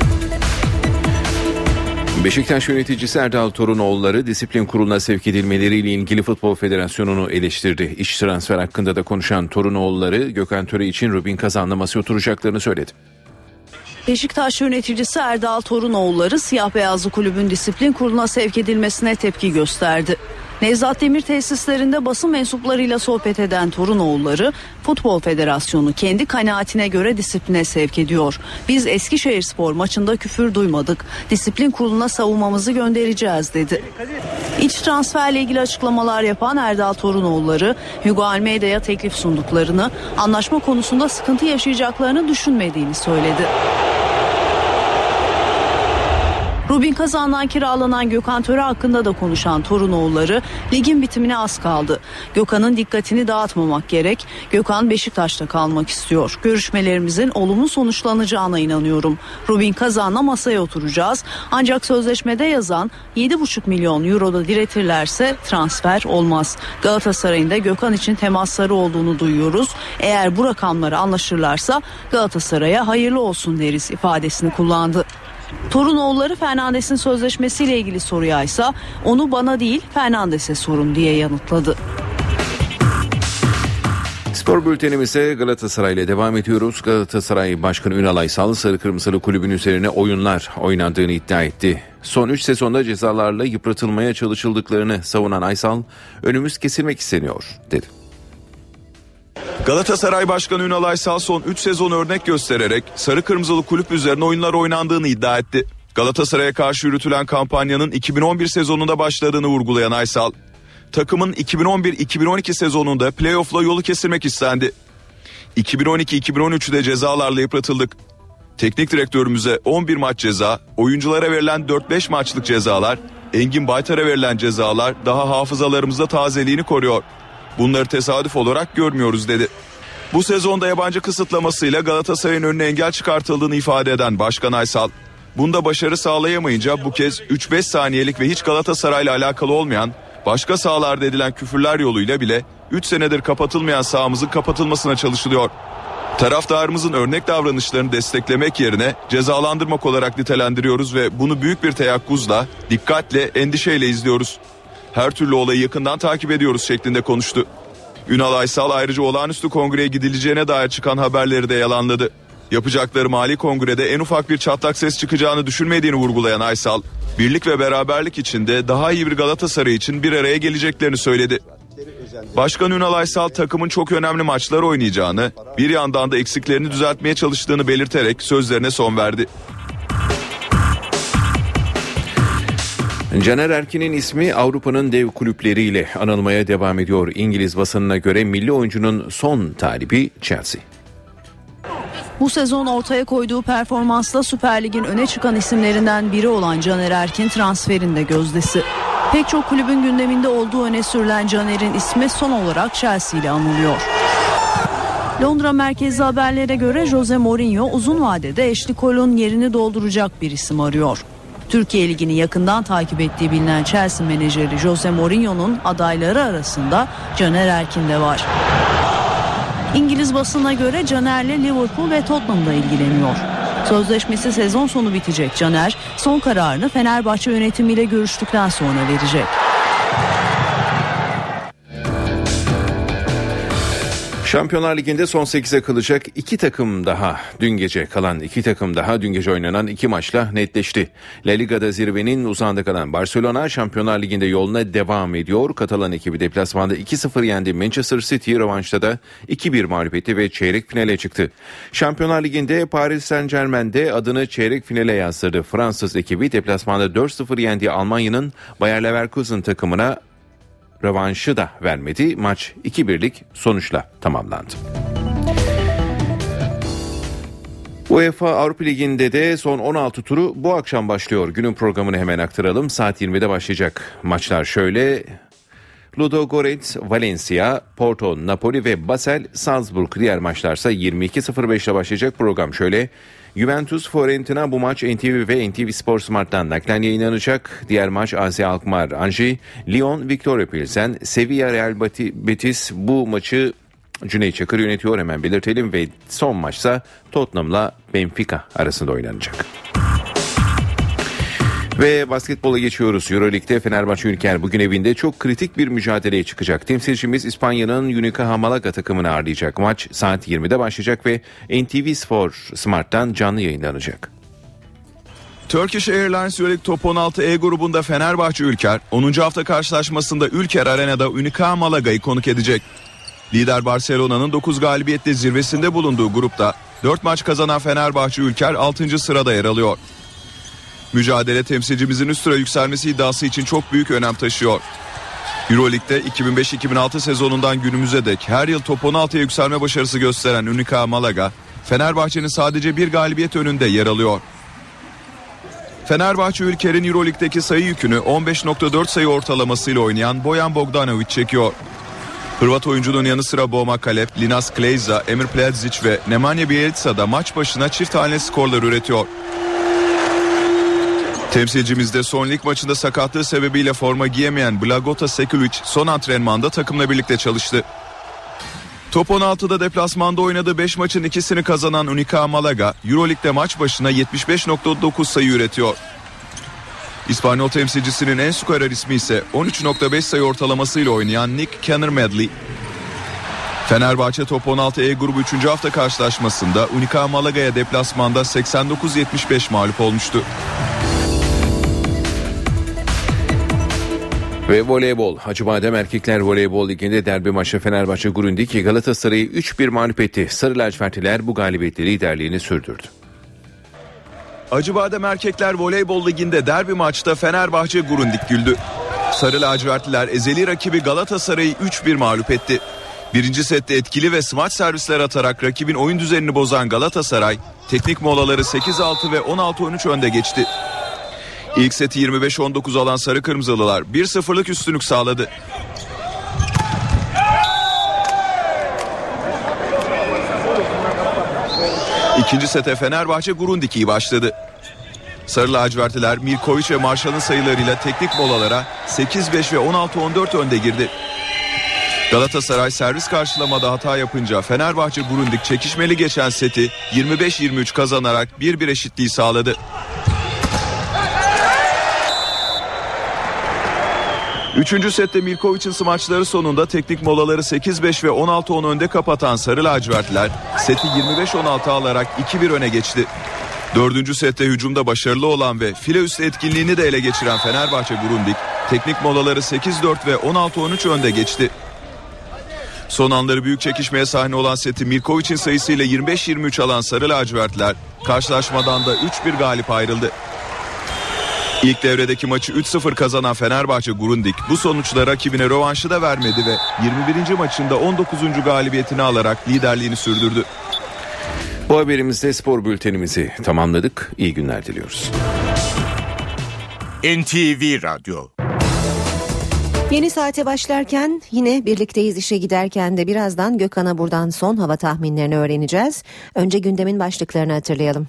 Beşiktaş yöneticisi Erdal Torunoğulları disiplin kuruluna sevk edilmeleriyle ilgili Futbol Federasyonu'nu eleştirdi. İş transfer hakkında da konuşan Torunoğulları Gökhan Töre için Rubin Kazan'la masaya oturacaklarını söyledi. Beşiktaş yöneticisi Erdal Torunoğulları siyah beyazlı kulübün disiplin kuruluna sevk edilmesine tepki gösterdi. Nevzat Demir tesislerinde basın mensuplarıyla sohbet eden Torunoğulları, Futbol Federasyonu kendi kanaatine göre disipline sevk ediyor. Biz Eskişehirspor maçında küfür duymadık. Disiplin kuruluna savunmamızı göndereceğiz dedi. İç transferle ilgili açıklamalar yapan Erdal Torunoğulları, Hugo Almeida'ya teklif sunduklarını, anlaşma konusunda sıkıntı yaşayacaklarını düşünmediğini söyledi. Rubin Kazan'dan kiralanan Gökhan Töre hakkında da konuşan Torunoğulları, ligin bitimine az kaldı. Gökhan'ın dikkatini dağıtmamak gerek. Gökhan Beşiktaş'ta kalmak istiyor. Görüşmelerimizin olumlu sonuçlanacağına inanıyorum. Rubin Kazan'la masaya oturacağız. Ancak sözleşmede yazan yedi buçuk milyon euroda diretirlerse transfer olmaz. Galatasaray'ın da Gökhan için temasları olduğunu duyuyoruz. Eğer bu rakamları anlaşırlarsa Galatasaray'a hayırlı olsun deriz ifadesini kullandı. Torunoğulları Fernandes'in sözleşmesiyle ilgili soruya ise onu bana değil Fernandes'e sorun diye yanıtladı. Spor bültenimize Galatasaray ile devam ediyoruz. Galatasaray Başkanı Ünal Aysal Sarı Kırmızılı kulübün üzerine oyunlar oynandığını iddia etti. Son üç sezonda cezalarla yıpratılmaya çalışıldıklarını savunan Aysal, önümüz kesilmek isteniyor dedi. Galatasaray Başkanı Ünal Aysal son üç sezon örnek göstererek Sarı Kırmızılı kulüp üzerine oyunlar oynandığını iddia etti. Galatasaray'a karşı yürütülen kampanyanın iki bin on bir sezonunda başladığını vurgulayan Aysal, takımın iki bin on bir iki bin on iki sezonunda playoff'la yolu kesilmek istendi. iki bin on iki iki bin on üçte cezalarla yıpratıldık. Teknik direktörümüze on bir maç ceza, oyunculara verilen dört beş maçlık cezalar, Engin Baytar'a verilen cezalar daha hafızalarımızda tazeliğini koruyor. Bunları tesadüf olarak görmüyoruz dedi. Bu sezonda yabancı kısıtlamasıyla Galatasaray'ın önüne engel çıkartıldığını ifade eden Başkan Aysal, bunda başarı sağlayamayınca bu kez üç beş saniyelik ve hiç Galatasaray'la alakalı olmayan başka sahalarda edilen küfürler yoluyla bile üç senedir kapatılmayan sahamızın kapatılmasına çalışılıyor. Taraftarımızın örnek davranışlarını desteklemek yerine cezalandırmak olarak nitelendiriyoruz ve bunu büyük bir teyakkuzla, dikkatle, endişeyle izliyoruz. Her türlü olayı yakından takip ediyoruz şeklinde konuştu. Ünal Aysal ayrıca olağanüstü kongreye gidileceğine dair çıkan haberleri de yalanladı. Yapacakları mali kongrede en ufak bir çatlak ses çıkacağını düşünmediğini vurgulayan Aysal, birlik ve beraberlik içinde daha iyi bir Galatasaray için bir araya geleceklerini söyledi. Başkan Ünal Aysal takımın çok önemli maçlar oynayacağını, bir yandan da eksiklerini düzeltmeye çalıştığını belirterek sözlerine son verdi. Caner Erkin'in ismi Avrupa'nın dev kulüpleriyle anılmaya devam ediyor. İngiliz basınına göre milli oyuncunun son talibi Chelsea. Bu sezon ortaya koyduğu performansla Süper Lig'in öne çıkan isimlerinden biri olan Caner Erkin transferinde gözdesi. Pek çok kulübün gündeminde olduğu öne sürülen Caner'in ismi son olarak Chelsea ile anılıyor. Londra merkezli haberlere göre Jose Mourinho uzun vadede Ashley Cole'un yerini dolduracak bir isim arıyor. Türkiye Ligi'ni yakından takip ettiği bilinen Chelsea menajeri Jose Mourinho'nun adayları arasında Caner Erkin de var. İngiliz basına göre Caner'le Liverpool ve Tottenham'da ilgileniyor. Sözleşmesi sezon sonu bitecek Caner, son kararını Fenerbahçe yönetimiyle görüştükten sonra verecek. Şampiyonlar Ligi'nde son sekize kalacak iki takım daha dün gece kalan iki takım daha dün gece oynanan iki maçla netleşti. La Liga'da zirvenin uzağında kalan Barcelona Şampiyonlar Ligi'nde yoluna devam ediyor. Katalan ekibi deplasmanda iki sıfır yendi Manchester City, rövanşta da iki bir mağlup etti ve çeyrek finale çıktı. Şampiyonlar Ligi'nde Paris Saint-Germain'de adını çeyrek finale yazdırdı. Fransız ekibi deplasmanda dört sıfır yendiği Almanya'nın Bayer Leverkusen takımına rövanşı da vermedi. Maç iki birlik sonuçla tamamlandı. UEFA Avrupa Ligi'nde de son on altı turu bu akşam başlıyor. Günün programını hemen aktaralım. Saat yirmide başlayacak. Maçlar şöyle: Ludogorets, Valencia, Porto, Napoli ve Basel, Salzburg. Diğer maçlarsa yirmi iki sıfır beş ile başlayacak. Program şöyle: Juventus, Fiorentina, bu maç N T V ve N T V Spor Smart'tan naklen yayınlanacak. Diğer maç A Z Alkmaar, Anji, Lyon, Victoria Pilsen, Sevilla, Real Betis. Bu maçı Cüneyt Çakır yönetiyor, hemen belirtelim. Ve son maçsa Tottenham'la Benfica arasında oynanacak. Ve basketbola geçiyoruz. Euroleague'de Fenerbahçe Ülker bugün evinde çok kritik bir mücadeleye çıkacak. Temsilcimiz İspanya'nın Unicaja Malaga takımını ağırlayacak. Maç saat yirmide başlayacak ve N T V Spor Smart'tan canlı yayınlanacak. Turkish Airlines Euroleague Top on altı E grubunda Fenerbahçe Ülker onuncu hafta karşılaşmasında Ülker Arena'da Unicaja Malaga'yı konuk edecek. Lider Barcelona'nın dokuz galibiyetle zirvesinde bulunduğu grupta dört maç kazanan Fenerbahçe Ülker altıncı sırada yer alıyor. Mücadele temsilcimizin üst sıra yükselmesi iddiası için çok büyük önem taşıyor. Euroleague'de iki bin beş iki bin altı sezonundan günümüze dek her yıl top on altıya yükselme başarısı gösteren Unicaja Malaga, Fenerbahçe'nin sadece bir galibiyet önünde yer alıyor. Fenerbahçe Ülker'in Euroleague'deki sayı yükünü on beş nokta dört sayı ortalamasıyla oynayan Bojan Bogdanovic çekiyor. Hırvat oyuncunun yanı sıra Boma Kalep, Linas Kleyza, Emir Pledzic ve Nemanja Bjelica da maç başına çift haneli skorlar üretiyor. Temsilcimizde son lig maçında sakatlığı sebebiyle forma giyemeyen Blagota Sekulic son antrenmanda takımla birlikte çalıştı. Top on altıda deplasmanda oynadığı beş maçın ikisini kazanan Unicaja Malaga, Euroleague'de maç başına yetmiş beş nokta dokuz sayı üretiyor. İspanyol temsilcisinin en skorer ismi ise on üç nokta beş sayı ortalamasıyla oynayan Nick Canner-Medley. Fenerbahçe Top on altı E grubu üçüncü hafta karşılaşmasında Unicaja Malaga'ya deplasmanda seksen dokuz yetmiş beş mağlup olmuştu. Ve voleybol. Acıbadem Erkekler Voleybol Ligi'nde derbi maçı Fenerbahçe Grundig Galatasaray'ı üç bir mağlup etti. Sarı lacivertliler bu galibiyetle liderliğini sürdürdü. Acıbadem Erkekler Voleybol Ligi'nde derbi maçta Fenerbahçe Grundig güldü. Sarı lacivertliler ezeli rakibi Galatasaray'ı üç bir mağlup etti. Birinci sette etkili ve smaç servisler atarak rakibin oyun düzenini bozan Galatasaray, teknik molaları sekiz altı ve on altı on üç önde geçti. İlk seti yirmi beş on dokuz alan Sarı Kırmızılılar bir sıfırlık üstünlük sağladı. İkinci sete Fenerbahçe Grundig iyi başladı. Sarı lacivertliler Mirkovic ve Marshall'ın sayılarıyla teknik molalara sekiz beş ve on altı on dört önde girdi. Galatasaray servis karşılamada hata yapınca Fenerbahçe Grundig çekişmeli geçen seti yirmi beş yirmi üç kazanarak bir bir eşitliği sağladı. Üçüncü sette Milkovic'in smaçları sonunda teknik molaları sekiz beş ve on altı on önde kapatan Sarı Lacivertliler seti yirmi beş on altı alarak iki bir öne geçti. Dördüncü sette hücumda başarılı olan ve file üstü etkinliğini de ele geçiren Fenerbahçe Grundig teknik molaları sekiz dört ve on altı on üç önde geçti. Son anları büyük çekişmeye sahne olan seti Milkovic'in sayısıyla yirmi beş yirmi üç alan Sarı Lacivertliler karşılaşmadan da üç bir galip ayrıldı. İlk devredeki maçı üç sıfır kazanan Fenerbahçe Grundig bu sonuçla rakibine rövanşı da vermedi ve yirmi birinci maçında on dokuzuncu galibiyetini alarak liderliğini sürdürdü. Bu haberimizde spor bültenimizi tamamladık. İyi günler diliyoruz. N T V Radyo. Yeni saate başlarken yine birlikteyiz işe giderken de birazdan Gökhan'a buradan son hava tahminlerini öğreneceğiz. Önce gündemin başlıklarını hatırlayalım.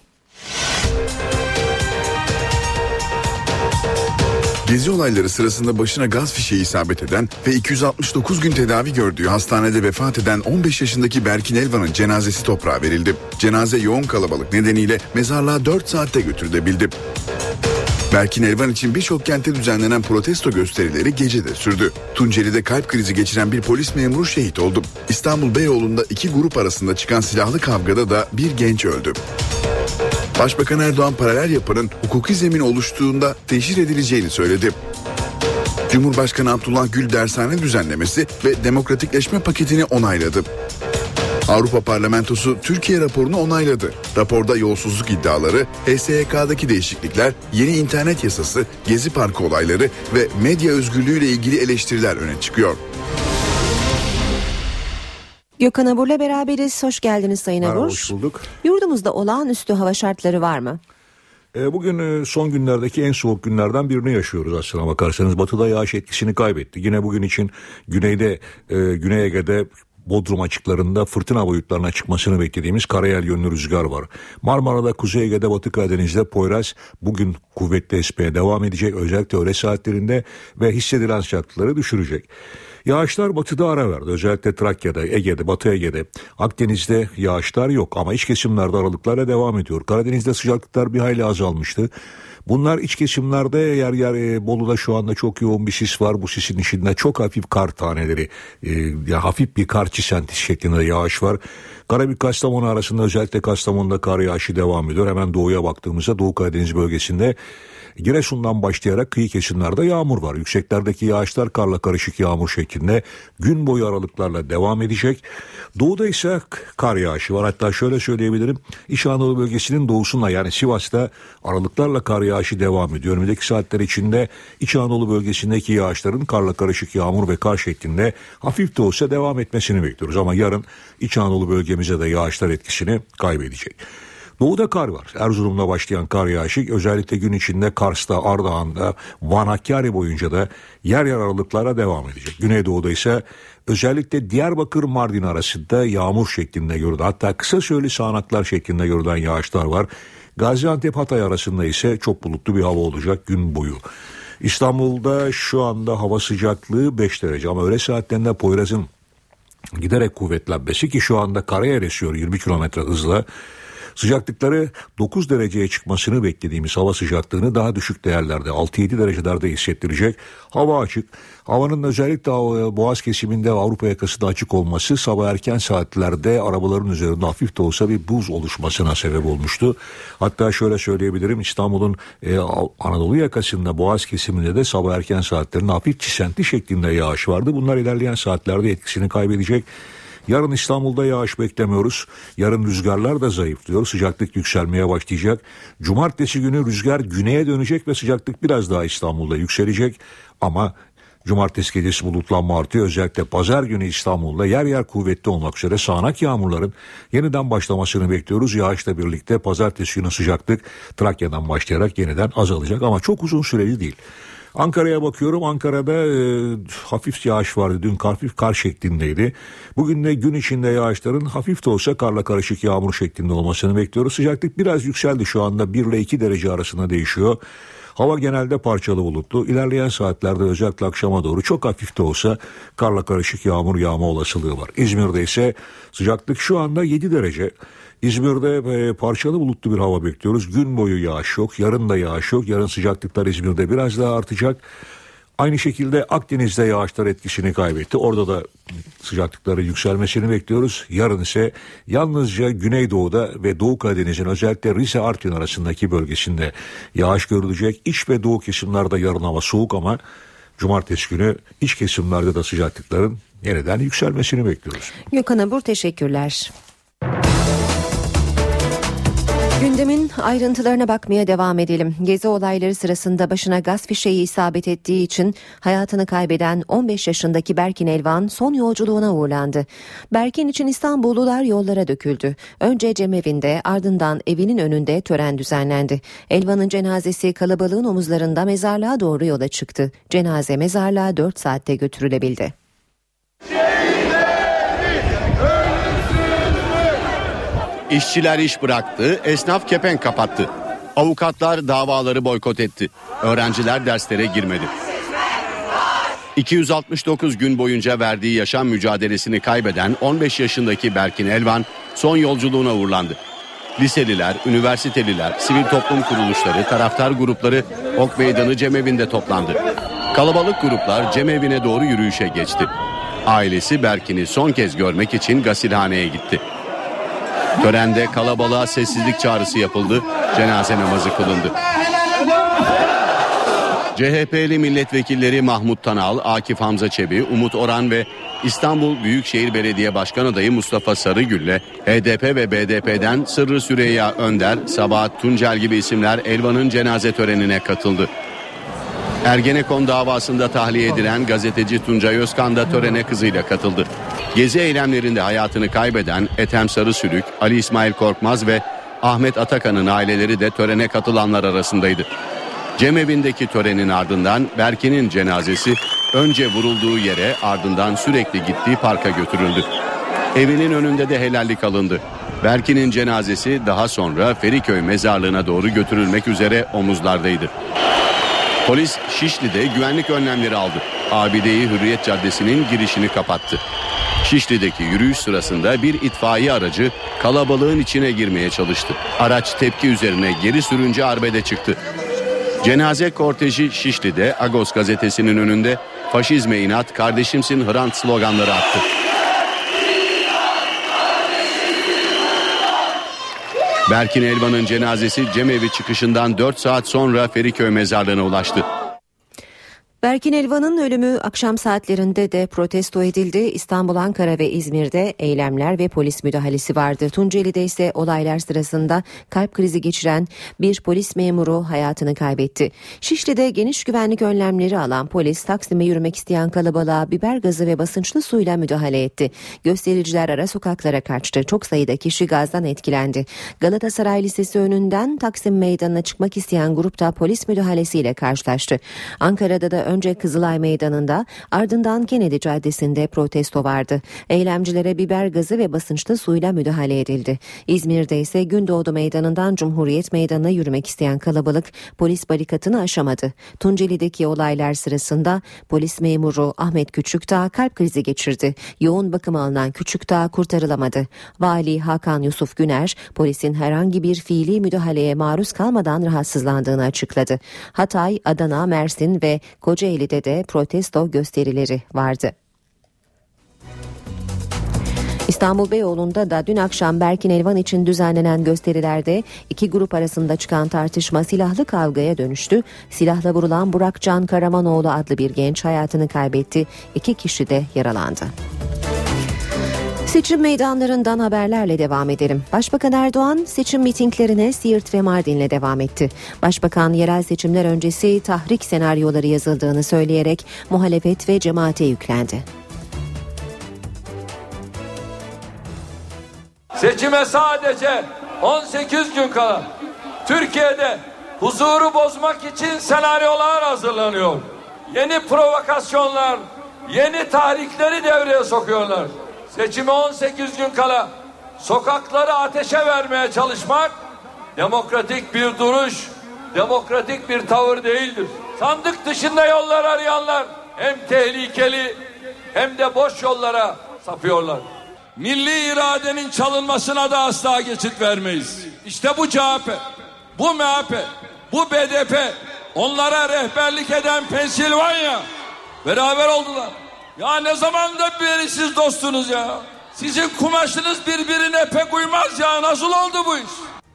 Gezi olayları sırasında başına gaz fişeği isabet eden ve iki yüz altmış dokuz gün tedavi gördüğü hastanede vefat eden on beş yaşındaki Berkin Elvan'ın cenazesi toprağa verildi. Cenaze yoğun kalabalık nedeniyle mezarlığa dört saatte götürülebildi. Berkin Elvan için birçok kentte düzenlenen protesto gösterileri gece de sürdü. Tunceli'de kalp krizi geçiren bir polis memuru şehit oldu. İstanbul Beyoğlu'nda iki grup arasında çıkan silahlı kavgada da bir genç öldü. Başbakan Erdoğan paralel yapının hukuki zemin oluştuğunda teşhir edileceğini söyledi. Cumhurbaşkanı Abdullah Gül dershane düzenlemesi ve demokratikleşme paketini onayladı. Avrupa Parlamentosu Türkiye raporunu onayladı. Raporda yolsuzluk iddiaları, H S Y K'daki değişiklikler, yeni internet yasası, Gezi Parkı olayları ve medya özgürlüğüyle ilgili eleştiriler öne çıkıyor. Gökhan Abur'la beraberiz. Hoş geldiniz Sayın Abur. Merhaba, hoş bulduk. Yurdumuzda olağanüstü hava şartları var mı? Bugün son günlerdeki en soğuk günlerden birini yaşıyoruz aslına bakarsanız. Batıda yağış etkisini kaybetti. Yine bugün için güneyde, Güney Ege'de Bodrum açıklarında fırtına boyutlarına çıkmasını beklediğimiz karayel yönlü rüzgar var. Marmara'da, Kuzey Ege'de, Batı Karadeniz'de Poyraz bugün kuvvetli esmeye devam edecek. Özellikle öğle saatlerinde ve hissedilen sıcaklıkları düşürecek. Yağışlar batıda ara verdi. Özellikle Trakya'da, Ege'de, Batı Ege'de, Akdeniz'de yağışlar yok ama iç kesimlerde aralıklarla devam ediyor. Karadeniz'de sıcaklıklar bir hayli azalmıştı. Bunlar iç kesimlerde yer yer e, Bolu'da şu anda çok yoğun bir sis var. Bu sisin içinde çok hafif kar taneleri, e, ya hafif bir kar çisentisi şeklinde yağış var. Karabük Kastamonu arasında özellikle Kastamonu'da kar yağışı devam ediyor. Hemen doğuya baktığımızda Doğu Karadeniz bölgesinde Giresun'dan başlayarak kıyı kesimlerde yağmur var. Yükseklerdeki yağışlar karla karışık yağmur şeklinde gün boyu aralıklarla devam edecek. Doğuda ise kar yağışı var. Hatta şöyle söyleyebilirim. İç Anadolu bölgesinin doğusunda yani Sivas'ta aralıklarla kar yağışı devam ediyor. Önümüzdeki saatler içinde İç Anadolu bölgesindeki yağışların karla karışık yağmur ve kar şeklinde hafif de olsa devam etmesini bekliyoruz. Ama yarın İç Anadolu bölgemize de yağışlar etkisini kaybedecek. Doğuda kar var. Erzurum'da başlayan kar yağışı özellikle gün içinde Kars'ta, Ardahan'da, Van Hakkari boyunca da yer yer aralıklara devam edecek. Güneydoğu'da ise özellikle Diyarbakır Mardin arasında yağmur şeklinde görülen, hatta kısa süreli sağanaklar şeklinde görülen yağışlar var. Gaziantep Hatay arasında ise çok bulutlu bir hava olacak gün boyu. İstanbul'da şu anda hava sıcaklığı beş derece ama öğle saatlerinde Poyraz'ın giderek kuvvetlenmesi ki şu anda karaya esiyor yirmi kilometre hızla. Sıcaklıkları dokuz dereceye çıkmasını beklediğimiz hava sıcaklığını daha düşük değerlerde altı yedi derecelerde hissettirecek. Hava açık. Havanın özellikle Boğaz kesiminde Avrupa yakasında açık olması sabah erken saatlerde arabaların üzerinde hafif de olsa bir buz oluşmasına sebep olmuştu. Hatta şöyle söyleyebilirim, İstanbul'un e, Anadolu yakasında Boğaz kesiminde de sabah erken saatlerinde hafif çisenti şeklinde yağış vardı. Bunlar ilerleyen saatlerde etkisini kaybedecek. Yarın İstanbul'da yağış beklemiyoruz. Yarın rüzgarlar da zayıflıyor. Sıcaklık yükselmeye başlayacak. Cumartesi günü rüzgar güneye dönecek ve sıcaklık biraz daha İstanbul'da yükselecek. Ama cumartesi gecesi bulutlanma artıyor. Özellikle pazar günü İstanbul'da yer yer kuvvetli olmak üzere sağanak yağmurların yeniden başlamasını bekliyoruz. Yağışla birlikte pazartesi günü sıcaklık Trakya'dan başlayarak yeniden azalacak ama çok uzun süreli değil. Ankara'ya bakıyorum. Ankara'da e, hafif yağış vardı. Dün hafif kar şeklindeydi. Bugün de gün içinde yağışların hafif de olsa karla karışık yağmur şeklinde olmasını bekliyoruz. Sıcaklık biraz yükseldi şu anda. bir ile iki derece arasında değişiyor. Hava genelde parçalı bulutlu. İlerleyen saatlerde özellikle akşama doğru çok hafif de olsa karla karışık yağmur yağma olasılığı var. İzmir'de ise sıcaklık şu anda yedi derece. İzmir'de e, parçalı bulutlu bir hava bekliyoruz. Gün boyu yağış yok. Yarın da yağış yok. Yarın sıcaklıklar İzmir'de biraz daha artacak. Aynı şekilde Akdeniz'de yağışlar etkisini kaybetti. Orada da sıcaklıkların yükselmesini bekliyoruz. Yarın ise yalnızca Güneydoğu'da ve Doğu Karadeniz'in özellikle Rize Artvin arasındaki bölgesinde yağış görülecek. İç ve doğu kesimlerde yarın hava soğuk ama cumartesi günü iç kesimlerde de sıcaklıkların yeniden yükselmesini bekliyoruz. Gökhan Abur, teşekkürler. Gündemin ayrıntılarına bakmaya devam edelim. Gezi olayları sırasında başına gaz fişeği isabet ettiği için hayatını kaybeden on beş yaşındaki Berkin Elvan son yolculuğuna uğurlandı. Berkin için İstanbullular yollara döküldü. Önce cemevinde, ardından evinin önünde tören düzenlendi. Elvan'ın cenazesi kalabalığın omuzlarında mezarlığa doğru yola çıktı. Cenaze mezarlığa dört saatte götürülebildi. İşçiler iş bıraktı, esnaf kepenk kapattı. Avukatlar davaları boykot etti. Öğrenciler derslere girmedi. iki yüz altmış dokuz gün boyunca verdiği yaşam mücadelesini kaybeden on beş yaşındaki Berkin Elvan son yolculuğuna uğurlandı. Liseliler, üniversiteliler, sivil toplum kuruluşları, taraftar grupları Ok Meydanı Cemevi'nde toplandı. Kalabalık gruplar Cemevine doğru yürüyüşe geçti. Ailesi Berkin'i son kez görmek için gasilhaneye gitti. Törende kalabalığa sessizlik çağrısı yapıldı, cenaze namazı kılındı. C H P'li milletvekilleri Mahmut Tanal, Akif Hamza Çebi, Umut Oran ve İstanbul Büyükşehir Belediye Başkan Adayı Mustafa Sarıgül'le H D P ve B D P'den Sırrı Süreyya Önder, Sabahat Tuncel gibi isimler Elvan'ın cenaze törenine katıldı. Ergenekon davasında tahliye edilen gazeteci Tuncay Özkan da törene kızıyla katıldı. Gezi eylemlerinde hayatını kaybeden Ethem Sarısülük, Ali İsmail Korkmaz ve Ahmet Atakan'ın aileleri de törene katılanlar arasındaydı. Cemevindeki törenin ardından Berkin'in cenazesi önce vurulduğu yere, ardından sürekli gittiği parka götürüldü. Evinin önünde de helallik alındı. Berkin'in cenazesi daha sonra Feriköy mezarlığına doğru götürülmek üzere omuzlardaydı. Polis Şişli'de güvenlik önlemleri aldı. Abide-i Hürriyet Caddesi'nin girişini kapattı. Şişli'deki yürüyüş sırasında bir itfaiye aracı kalabalığın içine girmeye çalıştı. Araç tepki üzerine geri sürünce arbede çıktı. Cenaze korteji Şişli'de Agos gazetesinin önünde "Faşizme inat, kardeşimsin Hrant" sloganları attı. Berkin Elvan'ın cenazesi cemevi çıkışından dört saat sonra Feriköy mezarlığına ulaştı. Berkin Elvan'ın ölümü akşam saatlerinde de protesto edildi. İstanbul, Ankara ve İzmir'de eylemler ve polis müdahalesi vardı. Tunceli'de ise olaylar sırasında kalp krizi geçiren bir polis memuru hayatını kaybetti. Şişli'de geniş güvenlik önlemleri alan polis Taksim'e yürümek isteyen kalabalığa biber gazı ve basınçlı suyla müdahale etti. Göstericiler ara sokaklara kaçtı. Çok sayıda kişi gazdan etkilendi. Galatasaray Lisesi önünden Taksim Meydanı'na çıkmak isteyen grupta polis müdahalesiyle karşılaştı. Ankara'da da önce Kızılay Meydanı'nda, ardından Kennedy Caddesi'nde protesto vardı. Eylemcilere biber gazı ve basınçlı suyla müdahale edildi. İzmir'de ise Gündoğdu Meydanı'ndan Cumhuriyet Meydanı'na yürümek isteyen kalabalık polis barikatını aşamadı. Tunceli'deki olaylar sırasında polis memuru Ahmet Küçükdağ kalp krizi geçirdi. Yoğun bakıma alınan Küçükdağ kurtarılamadı. Vali Hakan Yusuf Güner, polisin herhangi bir fiili müdahaleye maruz kalmadan rahatsızlandığını açıkladı. Hatay, Adana, Mersin ve Kocaeli'de de protesto gösterileri vardı. İstanbul Beyoğlu'nda da dün akşam Berkin Elvan için düzenlenen gösterilerde iki grup arasında çıkan tartışma silahlı kavgaya dönüştü. Silahla vurulan Burak Can Karamanoğlu adlı bir genç hayatını kaybetti. İki kişi de yaralandı. Seçim meydanlarından haberlerle devam edelim. Başbakan Erdoğan seçim mitinglerine Siirt ve Mardin'le devam etti. Başbakan yerel seçimler öncesi tahrik senaryoları yazıldığını söyleyerek muhalefet ve cemaate yüklendi. Seçime sadece on sekiz gün kala Türkiye'de huzuru bozmak için senaryolar hazırlanıyor. Yeni provokasyonlar, yeni tahrikleri devreye sokuyorlar. Seçime on sekiz gün kala sokakları ateşe vermeye çalışmak demokratik bir duruş, demokratik bir tavır değildir. Sandık dışında yollar arayanlar hem tehlikeli hem de boş yollara sapıyorlar. Milli iradenin çalınmasına da asla geçit vermeyiz. İşte bu C H P, bu M H P, bu B D P onlara rehberlik eden Pensilvanya beraber oldular. Ya ne zamandan beri siz dostunuz ya? Sizin kumaşınız birbirine pek uymaz ya. Nasıl oldu bu iş?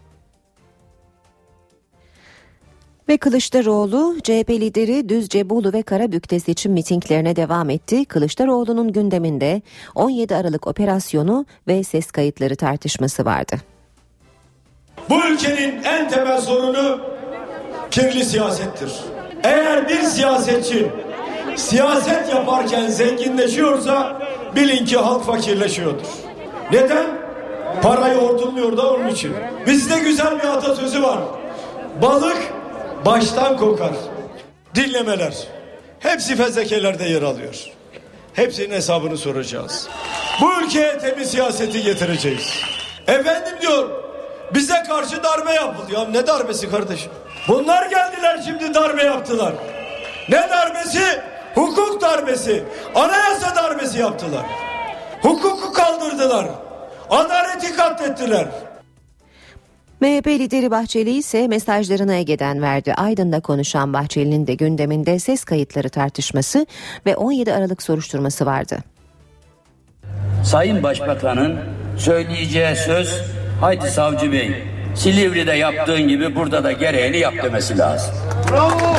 Ve Kılıçdaroğlu, C H P lideri Düzce, Bolu ve Karabük'te seçim mitinglerine devam etti. Kılıçdaroğlu'nun gündeminde on yedi Aralık operasyonu ve ses kayıtları tartışması vardı. Bu ülkenin en temel sorunu kirli siyasettir. Eğer bir siyasetçi siyaset yaparken zenginleşiyorsa bilin ki halk fakirleşiyordur. Neden? Parayı hortumluyor da onun için. Bizde güzel bir atasözü var. Balık baştan kokar. Dinlemeler. Hepsi fezlekelerde yer alıyor. Hepsinin hesabını soracağız. Bu ülkeye temiz siyaseti getireceğiz. Efendim diyor, bize karşı darbe yapıldı. Ya ne darbesi kardeşim? Bunlar geldiler şimdi darbe yaptılar. Ne darbesi? Hukuk darbesi. Anayasa darbesi yaptılar. Hukuku kaldırdılar. Adaleti katlettiler. M H P lideri Bahçeli ise mesajlarını Ege'den verdi. Aydın'da konuşan Bahçeli'nin de gündeminde ses kayıtları tartışması ve on yedi Aralık soruşturması vardı. Sayın Başbakan'ın söyleyeceği söz, haydi savcı bey, Silivri'de yaptığın gibi burada da gereğini yap demesi lazım. Bravo!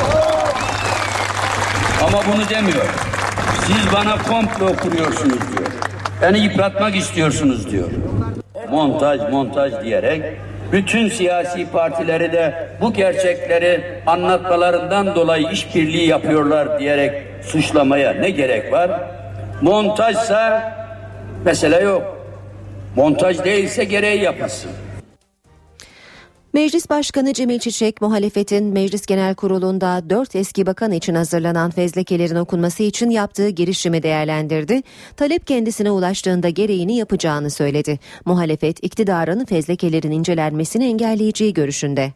Ama bunu demiyor. Siz bana komplo kuruyorsunuz diyor. Beni yıpratmak istiyorsunuz diyor. Montaj montaj diyerek bütün siyasi partileri de bu gerçekleri anlatmalarından dolayı işbirliği yapıyorlar diyerek suçlamaya ne gerek var? Montajsa mesele yok. Montaj değilse gereği yapılsın. Meclis Başkanı Cemil Çiçek, muhalefetin Meclis Genel Kurulu'nda dört eski bakan için hazırlanan fezlekelerin okunması için yaptığı girişimi değerlendirdi. Talep kendisine ulaştığında gereğini yapacağını söyledi. Muhalefet, iktidarın fezlekelerin incelenmesini engelleyeceği görüşünde.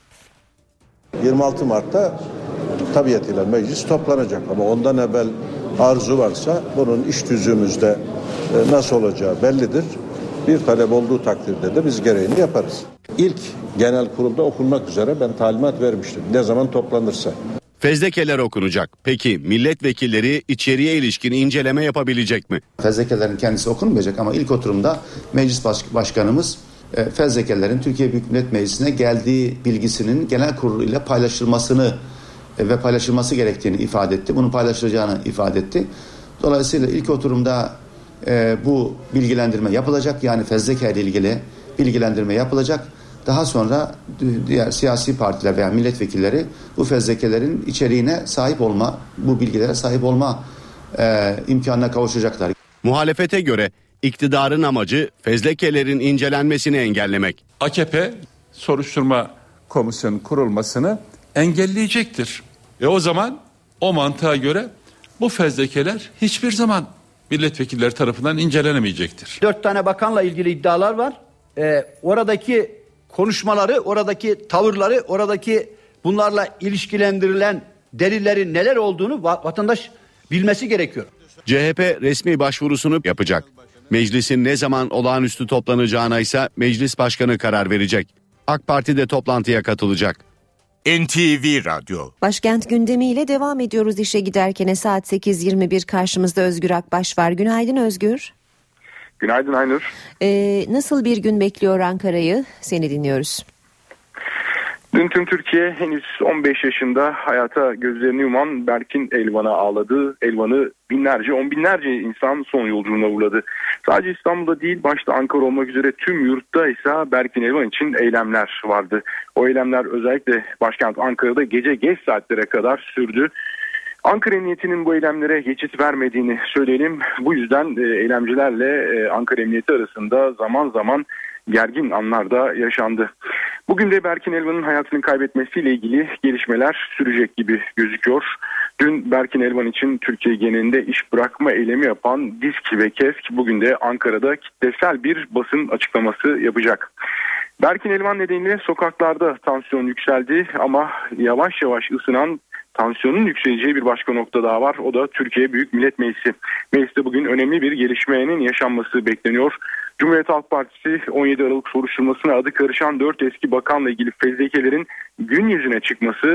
yirmi altı Mart'ta tabiatıyla meclis toplanacak ama ondan evvel arzu varsa bunun iş tüzüğümüzde nasıl olacağı bellidir. Bir talep olduğu takdirde de biz gereğini yaparız. İlk genel kurulda okunmak üzere ben talimat vermiştim. Ne zaman toplanırsa. Fezlekeler okunacak. Peki milletvekilleri içeriye ilişkin inceleme yapabilecek mi? Fezlekelerin kendisi okunmayacak ama ilk oturumda meclis baş- başkanımız e, fezlekelerin Türkiye Büyük Millet Meclisi'ne geldiği bilgisinin genel kurulu ile paylaşılmasını e, ve paylaşılması gerektiğini ifade etti. Bunu paylaşılacağını ifade etti. Dolayısıyla ilk oturumda e, bu bilgilendirme yapılacak. Yani fezleke ile ilgili bilgilendirme yapılacak. Daha sonra diğer siyasi partiler veya milletvekilleri bu fezlekelerin içeriğine sahip olma, bu bilgilere sahip olma e, imkanına kavuşacaklar. Muhalefete göre iktidarın amacı fezlekelerin incelenmesini engellemek. A K P soruşturma komisyonu kurulmasını engelleyecektir. E o zaman o mantığa göre bu fezlekeler hiçbir zaman milletvekilleri tarafından incelenemeyecektir. Dört tane bakanla ilgili iddialar var. Ee, oradaki konuşmaları, oradaki tavırları, oradaki bunlarla ilişkilendirilen delillerin neler olduğunu vatandaş bilmesi gerekiyor. C H P resmi başvurusunu yapacak. Meclisin ne zaman olağanüstü toplanacağına ise meclis başkanı karar verecek. AK Parti de toplantıya katılacak. N T V Radyo. Başkent gündemiyle devam ediyoruz işe giderken. Saat sekiz yirmi bir, karşımızda Özgür Akbaş var. Günaydın Özgür. Günaydın Aynur. Ee, nasıl bir gün bekliyor Ankara'yı? Seni dinliyoruz. Dün tüm Türkiye henüz on beş yaşında hayata gözlerini yuman Berkin Elvan'a ağladı. Elvan'ı binlerce, on binlerce insan son yolculuğuna uğurladı. Sadece İstanbul'da değil, başta Ankara olmak üzere tüm yurtta ise Berkin Elvan için eylemler vardı. O eylemler özellikle başkent Ankara'da gece geç saatlere kadar sürdü. Ankara Emniyeti'nin bu eylemlere geçit vermediğini söyleyelim. Bu yüzden e, eylemcilerle e, Ankara Emniyeti arasında zaman zaman gergin anlar da yaşandı. Bugün de Berkin Elvan'ın hayatını kaybetmesiyle ilgili gelişmeler sürecek gibi gözüküyor. Dün Berkin Elvan için Türkiye genelinde iş bırakma eylemi yapan DİSK ve KESK bugün de Ankara'da kitlesel bir basın açıklaması yapacak. Berkin Elvan nedeniyle sokaklarda tansiyon yükseldi ama yavaş yavaş ısınan, tansiyonun yükseleceği bir başka nokta daha var. O da Türkiye Büyük Millet Meclisi. Mecliste bugün önemli bir gelişmenin yaşanması bekleniyor. Cumhuriyet Halk Partisi on yedi Aralık soruşturmasına adı karışan dört eski bakanla ilgili fezlekelerin gün yüzüne çıkması,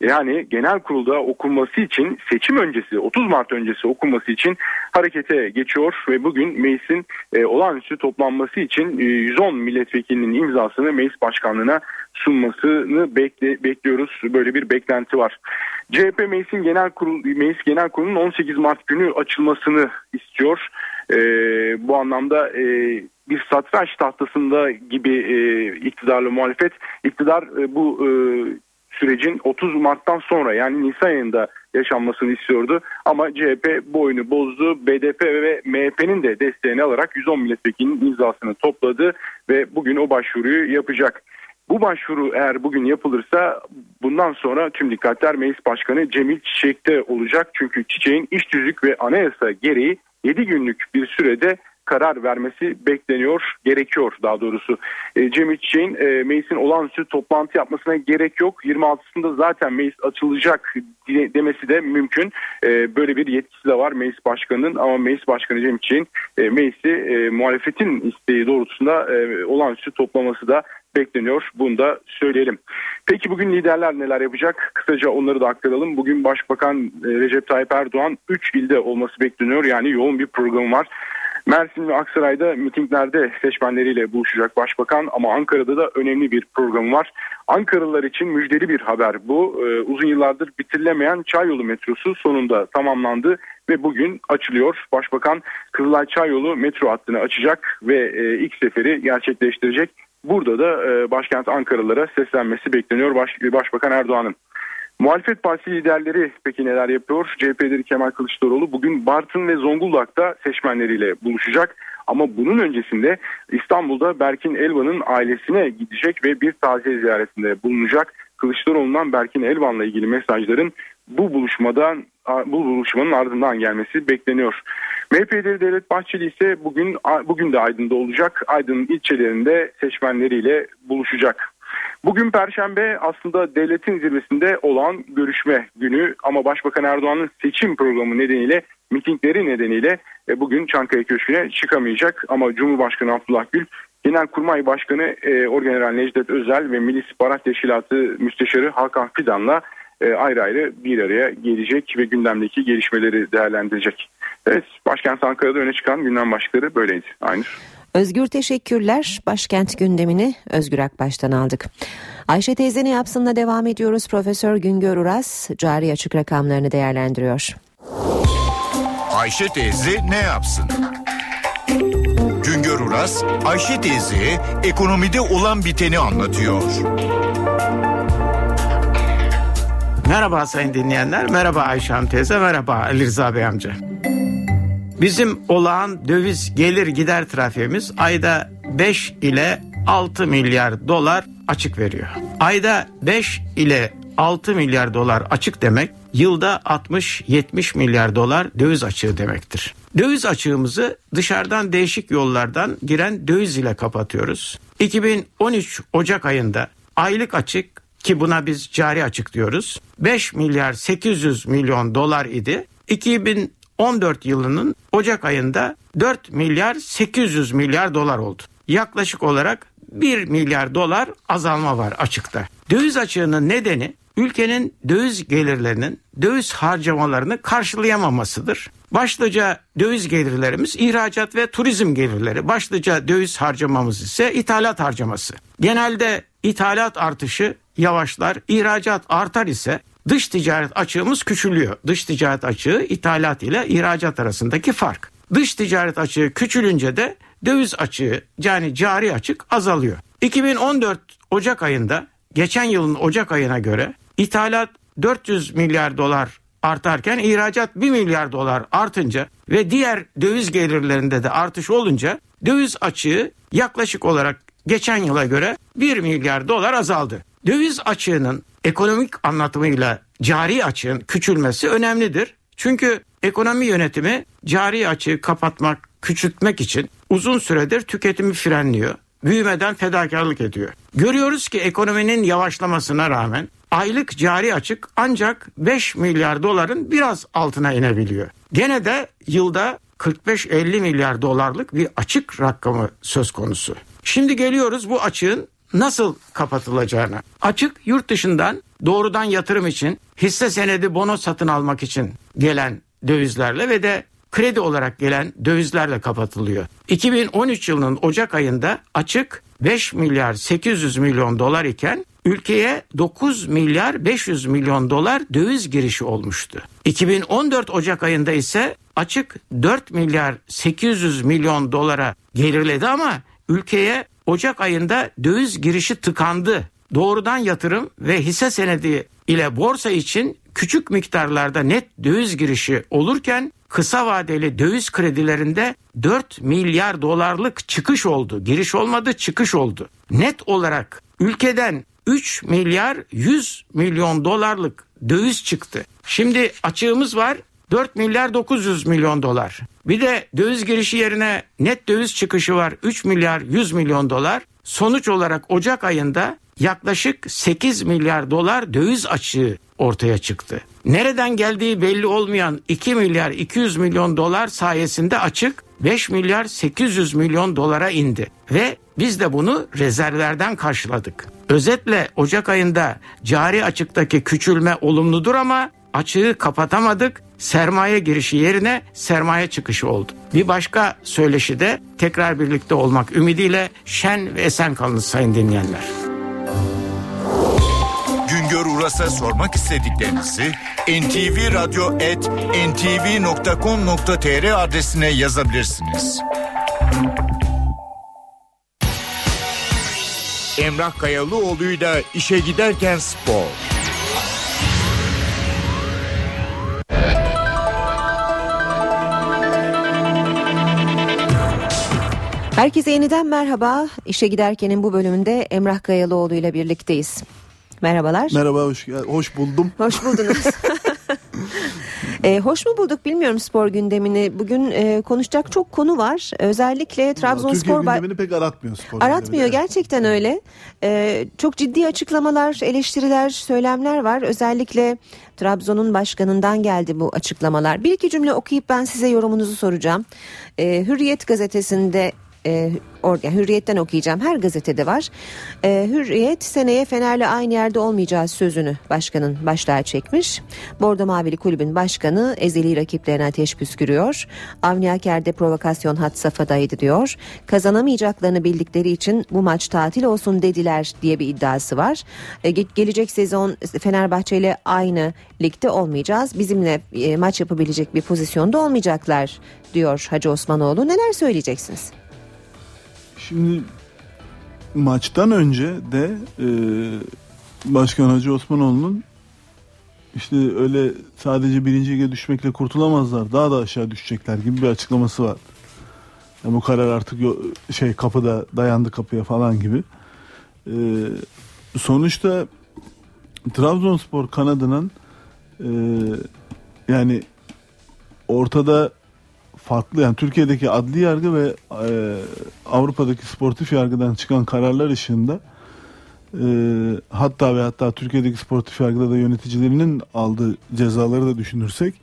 yani genel kurulda okunması için seçim öncesi otuz Mart öncesi okunması için harekete geçiyor ve bugün meclisin e, olağanüstü toplanması için e, yüz on milletvekilinin imzasını meclis başkanlığına sunmasını bekle, bekliyoruz. Böyle bir beklenti var. C H P Meclisin Genel Kurulu, Meclis Genel Kurulu'nun on sekiz Mart günü açılmasını istiyor. E, bu anlamda e, bir satranç tahtasında gibi e, iktidarla muhalefet, iktidar e, bu e, sürecin otuz Mart'tan sonra yani Nisan ayında yaşanmasını istiyordu. Ama C H P bu oyunu bozdu. B D P ve M H P'nin de desteğini alarak yüz on milletvekilinin imzasını topladı ve bugün o başvuruyu yapacak. Bu başvuru eğer bugün yapılırsa bundan sonra tüm dikkatler Meclis Başkanı Cemil Çiçek'te olacak. Çünkü Çiçek'in iş tüzük ve anayasa gereği yedi günlük bir sürede karar vermesi bekleniyor, gerekiyor daha doğrusu. E, Cemil Çiçek'in e, meclisin olağanüstü toplantı yapmasına gerek yok. yirmi altısında zaten meclis açılacak demesi de mümkün. E, böyle bir yetkisi de var meclis başkanının ama meclis başkanı Cemil Çiçek'in e, meclisi e, muhalefetin isteği doğrultusunda e, olağanüstü toplaması da bekleniyor. Bunu da söyleyelim. Peki bugün liderler neler yapacak? Kısaca onları da aktaralım. Bugün Başbakan Recep Tayyip Erdoğan üç ilde olması bekleniyor. Yani yoğun bir programı var. Mersin ve Aksaray'da mitinglerde seçmenleriyle buluşacak Başbakan ama Ankara'da da önemli bir programı var. Ankaralılar için müjdeli bir haber bu. Ee, uzun yıllardır bitirilemeyen Çayyolu metrosu sonunda tamamlandı ve bugün açılıyor. Başbakan Kızılay Çayyolu metro hattını açacak ve e, ilk seferi gerçekleştirecek. Burada da e, başkent Ankaralılara seslenmesi bekleniyor Baş, Başbakan Erdoğan'ın. Muhalefet partisi liderleri peki neler yapıyor? C H P lideri Kemal Kılıçdaroğlu bugün Bartın ve Zonguldak'ta seçmenleriyle buluşacak. Ama bunun öncesinde İstanbul'da Berkin Elvan'ın ailesine gidecek ve bir taziye ziyaretinde bulunacak. Kılıçdaroğlu'ndan Berkin Elvan'la ilgili mesajların bu buluşmadan bu buluşmanın ardından gelmesi bekleniyor. M H P lideri Devlet Bahçeli ise bugün bugün de Aydın'da olacak. Aydın'ın ilçelerinde seçmenleriyle buluşacak. Bugün Perşembe aslında devletin zirvesinde olan görüşme günü ama Başbakan Erdoğan'ın seçim programı nedeniyle, mitingleri nedeniyle bugün Çankaya Köşkü'ne çıkamayacak. Ama Cumhurbaşkanı Abdullah Gül, Genelkurmay Başkanı e, Orgeneral Necdet Özel ve Milli İstihbarat Teşkilatı Müsteşarı Hakan Fidan'la e, ayrı ayrı bir araya gelecek ve gündemdeki gelişmeleri değerlendirecek. Evet, başkent Ankara'da öne çıkan gündem başlıkları böyleydi. Aynur. Özgür teşekkürler. Başkent gündemini Özgür Akbaş'tan aldık. Ayşe teyze ne yapsınla devam ediyoruz. Profesör Güngör Uras cari açık rakamlarını değerlendiriyor. Ayşe teyze ne yapsın? Güngör Uras, Ayşe teyze ekonomide olan biteni anlatıyor. Merhaba sayın dinleyenler, merhaba Ayşe Hanım teyze, merhaba Ali Rıza Bey amca. Bizim olağan döviz gelir gider trafiğimiz ayda beş ile altı milyar dolar açık veriyor. Ayda beş ile altı milyar dolar açık demek yılda altmış yetmiş milyar dolar döviz açığı demektir. Döviz açığımızı dışarıdan değişik yollardan giren döviz ile kapatıyoruz. iki bin on üç Ocak ayında aylık açık, ki buna biz cari açık diyoruz, beş milyar sekiz yüz milyon dolar idi. iki bin on dört yılının Ocak ayında dört milyar sekiz yüz milyar dolar oldu. Yaklaşık olarak bir milyar dolar azalma var açıkta. Döviz açığının nedeni ülkenin döviz gelirlerinin döviz harcamalarını karşılayamamasıdır. Başlıca döviz gelirlerimiz ihracat ve turizm gelirleri. Başlıca döviz harcamamız ise ithalat harcaması. Genelde ithalat artışı yavaşlar, ihracat artar ise dış ticaret açığımız küçülüyor. Dış ticaret açığı ithalat ile ihracat arasındaki fark. Dış ticaret açığı küçülünce de döviz açığı yani cari açık azalıyor. iki bin on dört Ocak ayında geçen yılın Ocak ayına göre ithalat dört yüz milyar dolar artarken ihracat bir milyar dolar artınca ve diğer döviz gelirlerinde de artış olunca döviz açığı yaklaşık olarak geçen yıla göre bir milyar dolar azaldı. Döviz açığının ekonomik anlatımıyla cari açığın küçülmesi önemlidir. Çünkü ekonomi yönetimi cari açığı kapatmak, küçültmek için uzun süredir tüketimi frenliyor. Büyümeden fedakarlık ediyor. Görüyoruz ki ekonominin yavaşlamasına rağmen aylık cari açık ancak beş milyar doların biraz altına inebiliyor. Gene de yılda kırk beş elli milyar dolarlık bir açık rakamı söz konusu. Şimdi geliyoruz bu açığın nasıl kapatılacağına. Açık yurt dışından doğrudan yatırım için, hisse senedi, bono satın almak için gelen dövizlerle ve de kredi olarak gelen dövizlerle kapatılıyor. iki bin on üç yılının Ocak ayında açık beş milyar sekiz yüz milyon dolar iken ülkeye dokuz milyar beş yüz milyon dolar döviz girişi olmuştu. iki bin on dört Ocak ayında ise açık dört milyar sekiz yüz milyon dolara geriledi ama ülkeye Ocak ayında döviz girişi tıkandı. Doğrudan yatırım ve hisse senedi ile borsa için küçük miktarlarda net döviz girişi olurken kısa vadeli döviz kredilerinde dört milyar dolarlık çıkış oldu. Giriş olmadı, çıkış oldu. Net olarak ülkeden üç milyar yüz milyon dolarlık döviz çıktı. Şimdi açığımız var dört milyar dokuz yüz milyon dolar. Bir de döviz girişi yerine net döviz çıkışı var üç milyar yüz milyon dolar. Sonuç olarak Ocak ayında yaklaşık sekiz milyar dolar döviz açığı ortaya çıktı. Nereden geldiği belli olmayan iki milyar iki yüz milyon dolar sayesinde açık beş milyar sekiz yüz milyon dolara indi ve biz de bunu rezervlerden karşıladık. Özetle Ocak ayında cari açıktaki küçülme olumludur ama açığı kapatamadık. Sermaye girişi yerine sermaye çıkışı oldu. Bir başka söyleşi de tekrar birlikte olmak ümidiyle şen ve esen kalınız sayın dinleyenler. Güngör Uras'a sormak istediklerinizi en ti vi radyo et en ti vi nokta com nokta tr adresine yazabilirsiniz. Emrah Kayalıoğlu'yla işe giderken spor. Herkese yeniden merhaba. İşe giderkenin bu bölümünde Emrah Kayalıoğlu ile birlikteyiz. Merhabalar. Merhaba, hoş, hoş buldum. Hoş buldunuz. e, hoş mu bulduk bilmiyorum spor gündemini. Bugün e, konuşacak çok konu var. Özellikle Trabzonspor... Türkiye gündemini pek aratmıyor spor Aratmıyor gerçekten öyle. E, çok ciddi açıklamalar, eleştiriler, söylemler var. Özellikle Trabzon'un başkanından geldi bu açıklamalar. Bir iki cümle okuyup ben size yorumunuzu soracağım. E, Hürriyet gazetesinde... Ee, or, yani Hürriyet'ten okuyacağım. Her gazetede var. Ee, Hürriyet seneye Fener'le aynı yerde olmayacağız sözünü başkanın başlığa çekmiş. Bordo Mavili kulübün başkanı ezeli rakiplerine ateş püskürüyor. Avni Aker'de provokasyon had safhadaydı diyor. Kazanamayacaklarını bildikleri için bu maç tatil olsun dediler diye bir iddiası var. Ee, gelecek sezon Fenerbahçe ile aynı ligde olmayacağız. Bizimle e, maç yapabilecek bir pozisyonda olmayacaklar diyor Hacı Osmanoğlu. Neler söyleyeceksiniz? Şimdi maçtan önce de e, Başkan Hacı Osmanoğlu'nun işte öyle sadece birinci lige düşmekle kurtulamazlar, daha da aşağı düşecekler gibi bir açıklaması var. Yani bu karar artık şey kapıda, dayandı kapıya falan gibi. E, sonuçta Trabzonspor kanadının e, yani ortada farklı, yani Türkiye'deki adli yargı ve e, Avrupa'daki sportif yargıdan çıkan kararlar ışığında e, hatta ve hatta Türkiye'deki sportif yargıda da yöneticilerinin aldığı cezaları da düşünürsek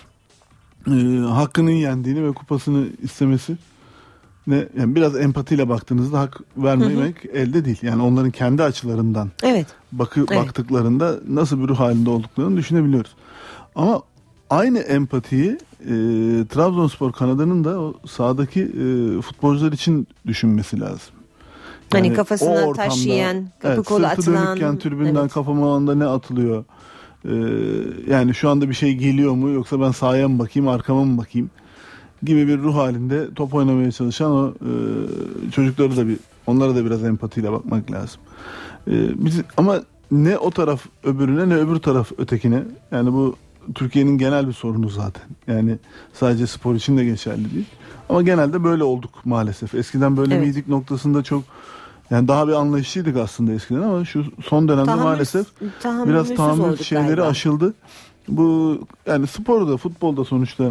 e, hakkının yendiğini ve kupasını istemesi ne, yani biraz empatiyle baktığınızda hak vermemek hı hı. elde değil. Yani onların kendi açılarından evet. bakı, evet. baktıklarında nasıl bir ruh halinde olduklarını düşünebiliyoruz. Ama aynı empatiyi e, Trabzonspor kanadının da o sahadaki e, futbolcular için düşünmesi lazım. Yani, hani kafasına ortamda, taş yiyen, kapı evet, kolu atılan. Dönükken tribünden evet. kafama anda ne atılıyor? E, yani şu anda bir şey geliyor mu, yoksa ben sahaya mı bakayım, arkama mı bakayım gibi bir ruh halinde top oynamaya çalışan o e, çocukları da bir, onlara da biraz empatiyle bakmak lazım. E, biz, ama ne o taraf öbürüne ne öbür taraf ötekine, yani bu Türkiye'nin genel bir sorunu zaten. Yani sadece spor için de geçerli değil. Ama genelde böyle olduk maalesef. Eskiden böyle evet. miydik noktasında çok, yani daha bir anlayışlıydık aslında eskiden, ama şu son dönemde tahammül, maalesef biraz tahammül şeyleri galiba. aşıldı. Bu yani sporda, futbolda sonuçta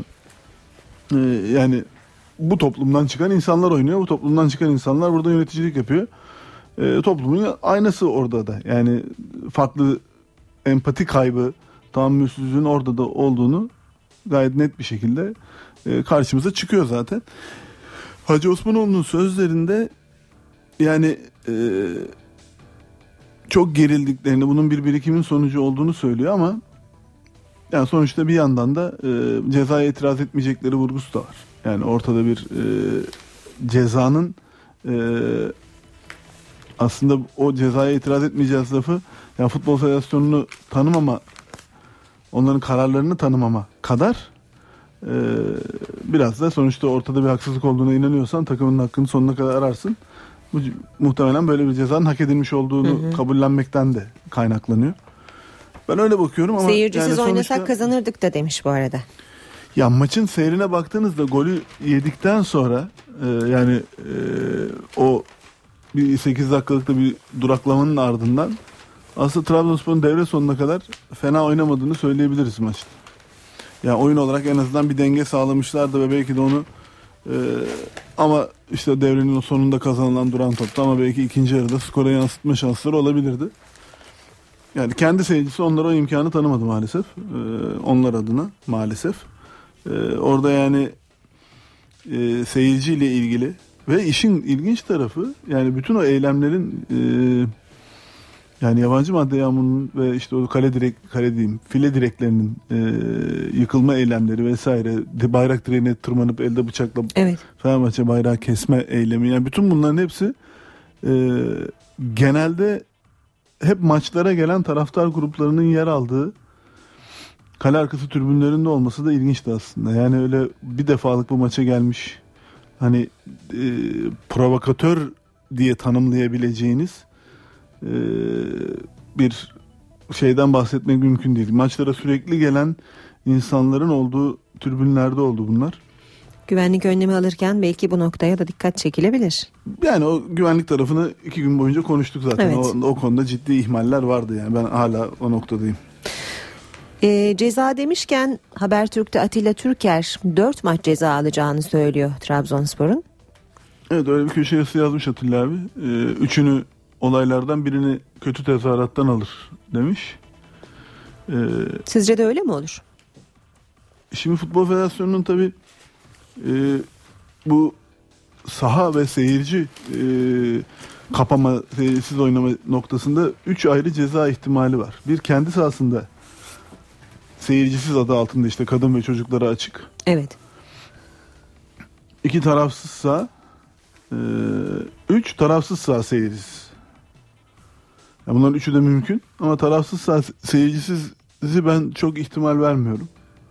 e, yani bu toplumdan çıkan insanlar oynuyor. Bu toplumdan çıkan insanlar burada yöneticilik yapıyor. E, toplumun aynası orada da. Yani farklı empati kaybı, tahammülsüzlüğün orada da olduğunu gayet net bir şekilde e, karşımıza çıkıyor zaten. Hacı Osmanoğlu'nun sözlerinde yani e, çok gerildiklerini, bunun bir birikimin sonucu olduğunu söylüyor ama yani sonuçta bir yandan da e, cezaya itiraz etmeyecekleri vurgusu da var. Yani ortada bir e, cezanın e, aslında o cezaya itiraz etmeyeceğiz lafı, yani Futbol Federasyonu'nu tanımama, onların kararlarını tanımama kadar e, biraz da sonuçta ortada bir haksızlık olduğuna inanıyorsan takımın hakkını sonuna kadar ararsın. Bu muhtemelen böyle bir cezanın hak edilmiş olduğunu hı hı. kabullenmekten de kaynaklanıyor. Ben öyle bakıyorum ama seyircisiz yani sonuçta, oynasak kazanırdık da demiş bu arada. Ya maçın seyrine baktığınızda golü yedikten sonra e, yani e, o bir sekiz dakikalıkta bir duraklamanın ardından aslında Trabzonspor'un devre sonuna kadar fena oynamadığını söyleyebiliriz maçta. Yani oyun olarak en azından bir denge sağlamışlardı ve belki de onu e, ama işte devrenin sonunda kazanılan duran topta ama belki ikinci yarıda skora yansıtma şansları olabilirdi. Yani kendi seyircisi onlara o imkanı tanımadı maalesef. Ee, onlar adına maalesef. Ee, orada yani e, seyirciyle ilgili ve işin ilginç tarafı yani bütün o eylemlerin e, yani yabancı madde yağmurunun ve işte o kale direk kale diyeyim file direklerinin e, yıkılma eylemleri vesaire, de bayrak direğine tırmanıp elde bıçakla evet. Fenerbahçe bayrağı kesme eylemi, yani bütün bunların hepsi e, genelde hep maçlara gelen taraftar gruplarının yer aldığı kale arkası tribünlerinde olması da ilginçti aslında. Yani öyle bir defalık bu maça gelmiş hani e, provokatör diye tanımlayabileceğiniz e, bir şeyden bahsetmek mümkün değil. Maçlara sürekli gelen insanların olduğu tribünlerde oldu bunlar. Güvenlik önlemi alırken belki bu noktaya da dikkat çekilebilir. Yani o güvenlik tarafını iki gün boyunca konuştuk zaten. Evet. O, o konuda ciddi ihmaller vardı yani. Ben hala o noktadayım. E, ceza demişken Habertürk'te Atilla Türker dört maç ceza alacağını söylüyor Trabzonspor'un. Evet, öyle bir köşe yazısı yazmış Atilla abi. E, üçünü olaylardan birini kötü tezahürattan alır demiş. E, Sizce de öyle mi olur? Şimdi Futbol Federasyonu'nun tabii Ee, bu saha ve seyirci e, kapama, seyirsiz oynama noktasında üç ayrı ceza ihtimali var. Bir, kendi sahasında seyircisiz adı altında işte kadın ve çocuklara açık. Evet. İki, tarafsız saha. E, üç, tarafsız saha seyircisiz. Yani bunların üçü de mümkün ama tarafsız saha seyircisizi ben çok ihtimal vermiyorum.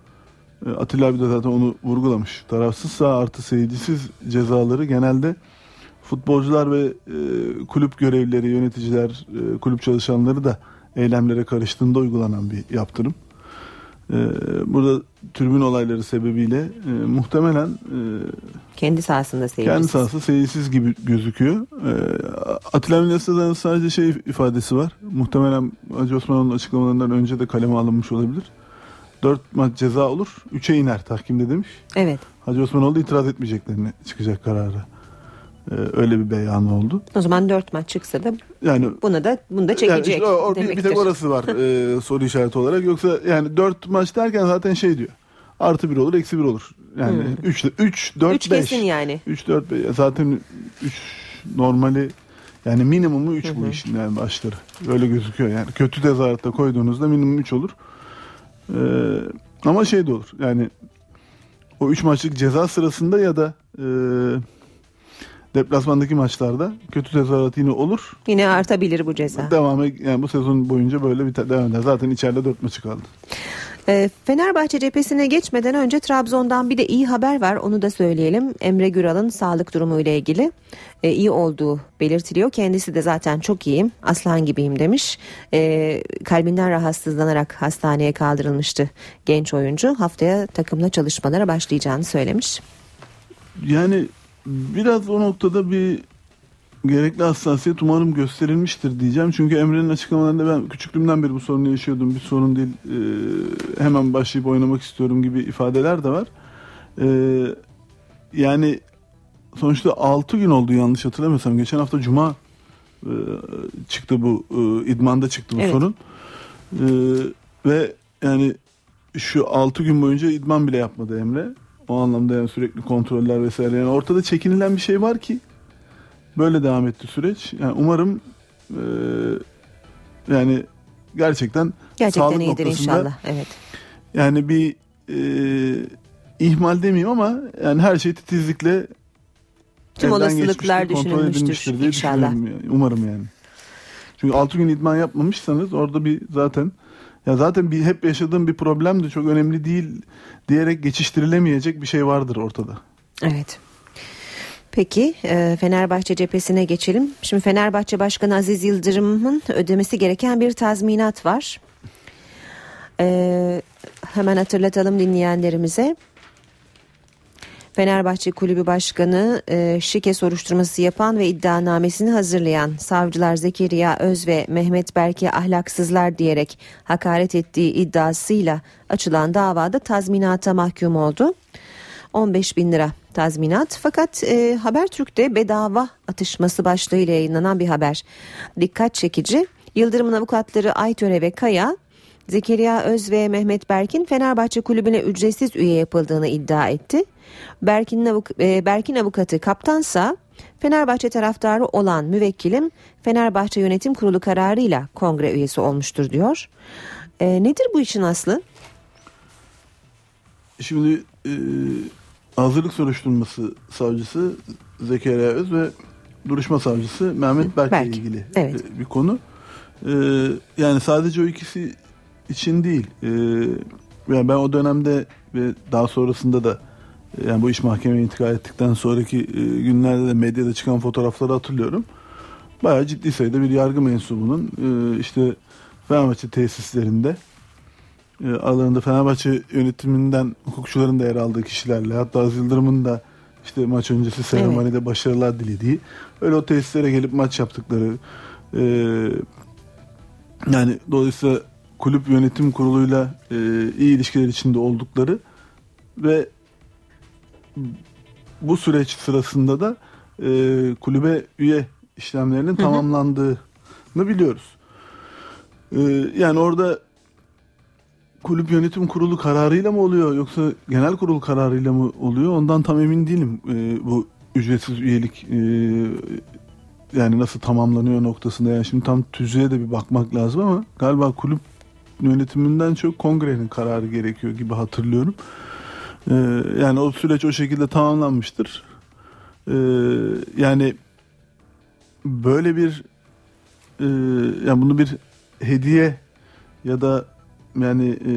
Atilla abi de zaten onu vurgulamış. Tarafsız saha artı seyircisiz cezaları genelde futbolcular ve e, kulüp görevlileri, yöneticiler, e, kulüp çalışanları da eylemlere karıştığında uygulanan bir yaptırım. E, burada tribün olayları sebebiyle e, muhtemelen e, kendi sahasında seyircisiz. Kendi sahası seyircisiz gibi gözüküyor. E, Atilla Abi'nin sadece şey ifadesi var. Muhtemelen Hacı Osman'ın açıklamalarından önce de kaleme alınmış olabilir. Dört maç ceza olur, üçe iner tahkimde demiş. Evet. Hacı Osmanoğlu itiraz etmeyeceklerini çıkacak kararı. Ee, öyle bir beyanı oldu. O zaman dört maç çıksa da yani buna da bunu da çekecek yani işte o, o, bir, bir tek orası var e, soru işareti olarak. Yoksa yani dört maç derken zaten şey diyor. Artı bir olur, eksi bir olur. Yani hmm. üç, üç, dört, üç beş. kesin yani. Üç, dört, beş. Zaten üç normali yani minimumu üç bu işin yani başları. Öyle gözüküyor yani. Kötü tezahüratta koyduğunuzda minimum üç olur. Ee, ama şey de olur yani o üç maçlık ceza sırasında ya da e, deplasmandaki maçlarda kötü tezahürat yine olur. Yine artabilir bu ceza. Devam yani bu sezon boyunca böyle bir devam eder. Zaten içeride dört maçı kaldı. E, Fenerbahçe cephesine geçmeden önce Trabzon'dan bir de iyi haber var, onu da söyleyelim. Emre Güral'ın sağlık durumu ile ilgili e, iyi olduğu belirtiliyor. Kendisi de zaten çok iyiyim, aslan gibiyim demiş. E, kalbinden rahatsızlanarak hastaneye kaldırılmıştı genç oyuncu. Haftaya takımla çalışmalara başlayacağını söylemiş. Yani biraz o noktada bir gerekli hassasiyet umarım gösterilmiştir diyeceğim. Çünkü Emre'nin açıklamalarında ben küçüklüğümden beri bu sorunu yaşıyordum. Bir sorun değil. Ee, hemen başlayıp oynamak istiyorum gibi ifadeler de var. Ee, yani sonuçta altı gün oldu yanlış hatırlamıyorsam. Geçen hafta Cuma e, çıktı bu. E, idmanda çıktı bu evet. sorun. E, ve yani şu altı gün boyunca idman bile yapmadı Emre. O anlamda yani sürekli kontroller vesaire. Yani ortada çekinilen bir şey var ki böyle devam etti süreç. Yani umarım e, Yani gerçekten gerçekten sağlık iyidir noktasında, inşallah. Evet. Yani bir e, ihmal demeyeyim ama yani her şey titizlikle tüm olasılıklar düşünülmüştür diye inşallah. Yani. Umarım yani. Çünkü altı gün idman yapmamışsanız orada bir zaten ya zaten bir hep yaşadığım bir problem de çok önemli değil diyerek geçiştirilemeyecek bir şey vardır ortada. Evet. Peki Fenerbahçe cephesine geçelim. Şimdi Fenerbahçe Başkanı Aziz Yıldırım'ın ödemesi gereken bir tazminat var. Ee, hemen hatırlatalım dinleyenlerimize. Fenerbahçe Kulübü Başkanı e, şike soruşturması yapan ve iddianamesini hazırlayan savcılar Zekeriya Öz ve Mehmet Berk'e ahlaksızlar diyerek hakaret ettiği iddiasıyla açılan davada tazminata mahkum oldu. on beş bin lira tazminat. Fakat e, Habertürk'te bedava atışması başlığıyla yayınlanan bir haber dikkat çekici. Yıldırım'ın avukatları Aytöre ve Kaya, Zekeriya Öz ve Mehmet Berk'in Fenerbahçe Kulübü'ne ücretsiz üye yapıldığını iddia etti. Berk'in, avuk- e, Berk'in avukatı Kaptansa, Fenerbahçe taraftarı olan müvekkilim Fenerbahçe Yönetim Kurulu kararıyla kongre üyesi olmuştur diyor. E, nedir bu işin aslı? Şimdi e, hazırlık soruşturması savcısı Zekeriya Öz ve duruşma savcısı Mehmet Berk ile ilgili evet. bir konu. E, yani sadece o ikisi için değil. E, yani ben o dönemde ve daha sonrasında da yani bu iş mahkemeye intikal ettikten sonraki e, günlerde de medyada çıkan fotoğrafları hatırlıyorum. Bayağı ciddi sayıda bir yargı mensubunun e, işte Fenerbahçe tesislerinde e, aralarında Fenerbahçe yönetiminden hukukçuların da yer aldığı kişilerle, hatta Aziz Yıldırım'ın da işte maç öncesi seremonide evet. başarılar dilediği, öyle o tesislere gelip maç yaptıkları, e, yani dolayısıyla kulüp yönetim kuruluyla e, iyi ilişkiler içinde oldukları ve bu süreç sırasında da e, kulübe üye işlemlerinin hı hı. tamamlandığını biliyoruz. E, yani orada kulüp yönetim kurulu kararıyla mı oluyor yoksa genel kurul kararıyla mı oluyor, ondan tam emin değilim. E, bu ücretsiz üyelik e, yani nasıl tamamlanıyor noktasında, yani şimdi tam tüzüğe de bir bakmak lazım ama galiba kulüp yönetiminden çok kongrenin kararı gerekiyor gibi hatırlıyorum. Ee, yani o süreç o şekilde tamamlanmıştır. Ee, yani böyle bir e, yani bunu bir hediye ya da yani e,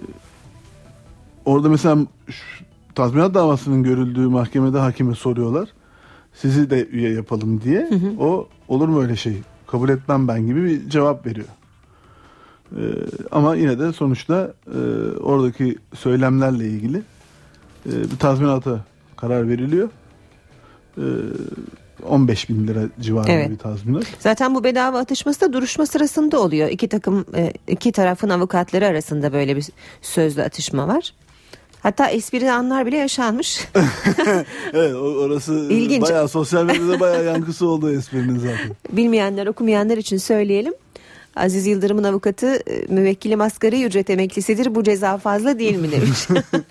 orada mesela şu, tazminat davasının görüldüğü mahkemede hakime soruyorlar. Sizi de üye yapalım diye. Hı hı. O olur mu öyle şey? Kabul etmem ben gibi bir cevap veriyor. Ee, ama yine de sonuçta e, oradaki söylemlerle ilgili e, bir tazminata karar veriliyor. E, on beş bin lira civarında evet. bir tazminat. Zaten bu bedava atışması da duruşma sırasında oluyor. İki takım, e, iki tarafın avukatları arasında böyle bir sözlü atışma var. Hatta espri anlar bile yaşanmış. Evet, orası İlginç. Bayağı sosyal medyada bayağı yankısı oldu esprinin zaten. Bilmeyenler, okumayanlar için söyleyelim. Aziz Yıldırım'ın avukatı müvekkilim asgari ücret emeklisidir, bu ceza fazla değil mi demiş.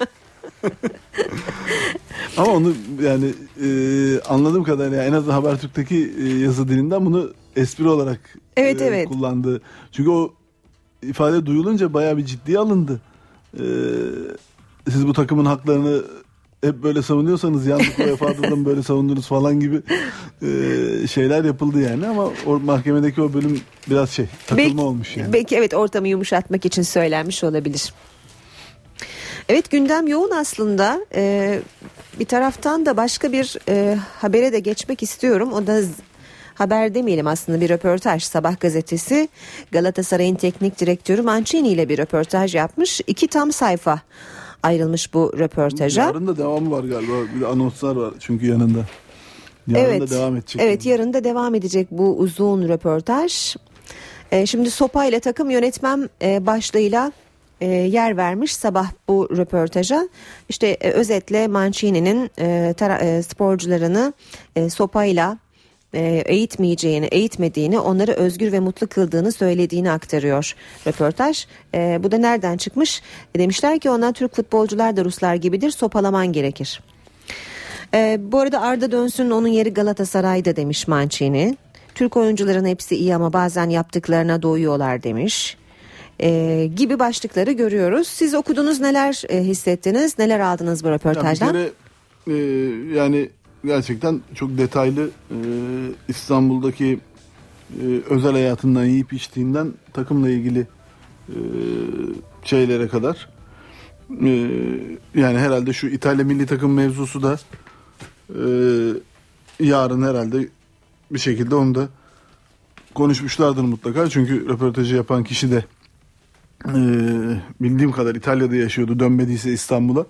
Ama onu yani e, anladığım kadarıyla en azından Habertürk'teki e, yazı dilinden bunu espri olarak evet, e, evet. kullandı. Çünkü o ifade duyulunca bayağı bir ciddiye alındı. E, siz bu takımın haklarını hep böyle savunuyorsanız yanlış U E F A'da da böyle savundunuz falan gibi e, şeyler yapıldı yani, ama o mahkemedeki o bölüm biraz şey takılma belki, olmuş yani. Belki evet, ortamı yumuşatmak için söylenmiş olabilir. Evet, gündem yoğun aslında. Ee, bir taraftan da başka bir e, habere de geçmek istiyorum. O da haber demeyelim aslında, bir röportaj. Sabah gazetesi Galatasaray'ın teknik direktörü Mancini ile bir röportaj yapmış. İki tam sayfa ayrılmış bu röportaja. Yarın da devamı var galiba. Bir de anonslar var çünkü yanında. Yarın evet, da devam edecek. Evet, yani. Yarın da devam edecek bu uzun röportaj. Ee, şimdi Sopa ile takım yönetmem e, başlığıyla e, yer vermiş sabah bu röportaja. İşte e, özetle Mancini'nin e, tara- e, sporcularını e, sopayla e, eğitmeyeceğini, eğitmediğini, onları özgür ve mutlu kıldığını söylediğini aktarıyor röportaj. E, bu da nereden çıkmış? E, demişler ki onlar Türk futbolcular da Ruslar gibidir, sopalaman gerekir. E, bu arada Arda dönsün, onun yeri Galatasaray'da demiş Mancini. Türk oyuncuların hepsi iyi ama bazen yaptıklarına doyuyorlar demiş. Ee, gibi başlıkları görüyoruz. Siz okudunuz, neler e, hissettiniz, neler aldınız bu röportajdan? Ya bir kere, e, yani gerçekten çok detaylı e, İstanbul'daki e, özel hayatından, yiyip içtiğinden takımla ilgili e, şeylere kadar. E, yani herhalde şu İtalya milli takım mevzusu da e, yarın herhalde bir şekilde onu da konuşmuşlardır mutlaka. Çünkü röportajı yapan kişi de e, bildiğim kadar İtalya'da yaşıyordu. Dönmediyse İstanbul'a.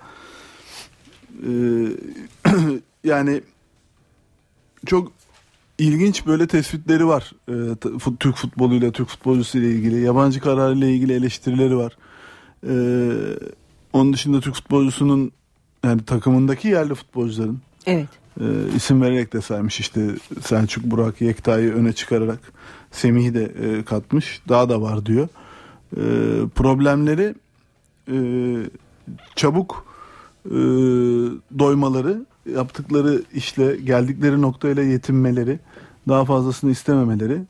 E, yani çok ilginç böyle tespitleri var. E, Türk futboluyla, Türk futbolcusuyla ilgili. Yabancı kararıyla ilgili eleştirileri var. E, onun dışında Türk futbolcusunun, yani takımındaki yerli futbolcuların, evet, e, isim vererek de saymış. İşte Selçuk, Burak, Yekta'yı öne çıkararak Semih'i de e, katmış. Daha da var diyor. E, problemleri e, çabuk e, doymaları, yaptıkları işle, geldikleri noktayla yetinmeleri, daha fazlasını istememeleri.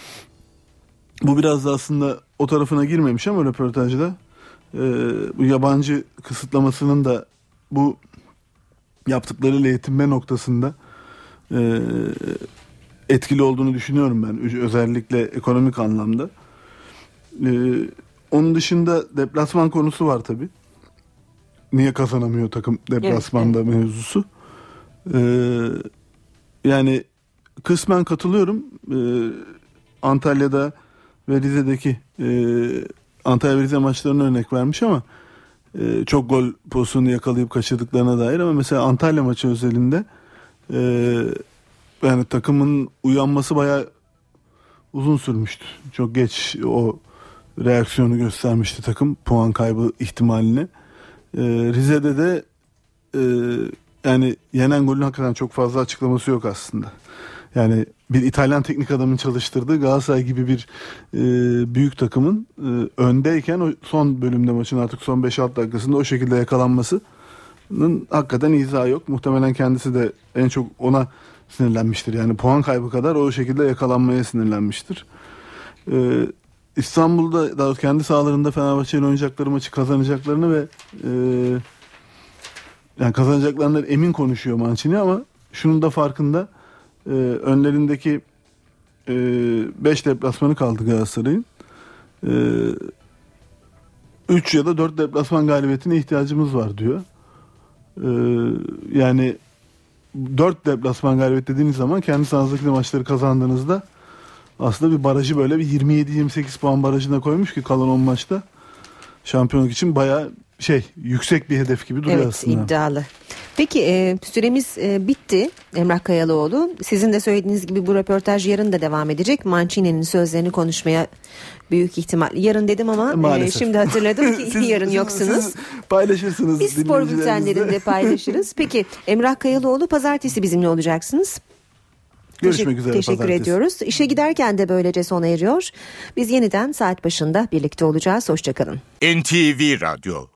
Bu biraz da aslında o tarafına girmemiş ama röportajda e, bu yabancı kısıtlamasının da bu yaptıklarıyla yetinme noktasında e, etkili olduğunu düşünüyorum ben. Özellikle ekonomik anlamda. E, onun dışında deplasman konusu var tabii. Niye kazanamıyor takım deplasmanda, evet, mevzusu. Ee, yani kısmen katılıyorum. Ee, Antalya'da ve Rize'deki e, Antalya ve Rize maçlarına örnek vermiş ama e, çok gol pozisyonu yakalayıp kaçırdıklarına dair, ama mesela Antalya maçı özelinde e, yani takımın uyanması bayağı uzun sürmüştü. Çok geç o reaksiyonu göstermişti takım, puan kaybı ihtimalini. Ee, Rize'de de e, yani yenen golün hakikaten çok fazla açıklaması yok aslında. Yani bir İtalyan teknik adamın çalıştırdığı Galatasaray gibi bir e, büyük takımın e, öndeyken o son bölümde, maçın artık son beş altı dakikasında o şekilde yakalanmasının hakikaten izahı yok. Muhtemelen kendisi de en çok ona sinirlenmiştir. Yani puan kaybı kadar o şekilde yakalanmaya sinirlenmiştir. E, İstanbul'da, daha kendi sahalarında Fenerbahçe'nin oynayacakları maçı kazanacaklarını ve e, yani kazanacaklarından emin konuşuyor Mancini, ama şunun da farkında, e, önlerindeki beş e, deplasmanı kaldı Galatasaray'ın. üç e, ya da dört deplasman galibiyetine ihtiyacımız var diyor. E, yani dört deplasman galibiyet dediğiniz zaman kendi sahanızdaki maçları kazandığınızda aslında bir barajı böyle bir yirmi yedi yirmi sekiz puan barajına koymuş ki kalan on maçta şampiyonluk için bayağı şey, yüksek bir hedef gibi duruyor, evet, aslında. Evet, iddialı. Peki e, süremiz e, bitti Emrah Kayalıoğlu. Sizin de söylediğiniz gibi bu röportaj yarın da devam edecek. Mancini'nin sözlerini konuşmaya büyük ihtimal. Yarın dedim ama e, şimdi hatırladım ki siz, yarın siz, yoksunuz. Siz paylaşırsınız. Biz spor bültenlerinde paylaşırız. Peki Emrah Kayalıoğlu pazartesi bizimle olacaksınız. Görüşmek Teşekkür, üzere. Teşekkür pazartesi. ediyoruz. İşe giderken de böylece sona eriyor. Biz yeniden saat başında birlikte olacağız. Hoşçakalın. N T V Radyo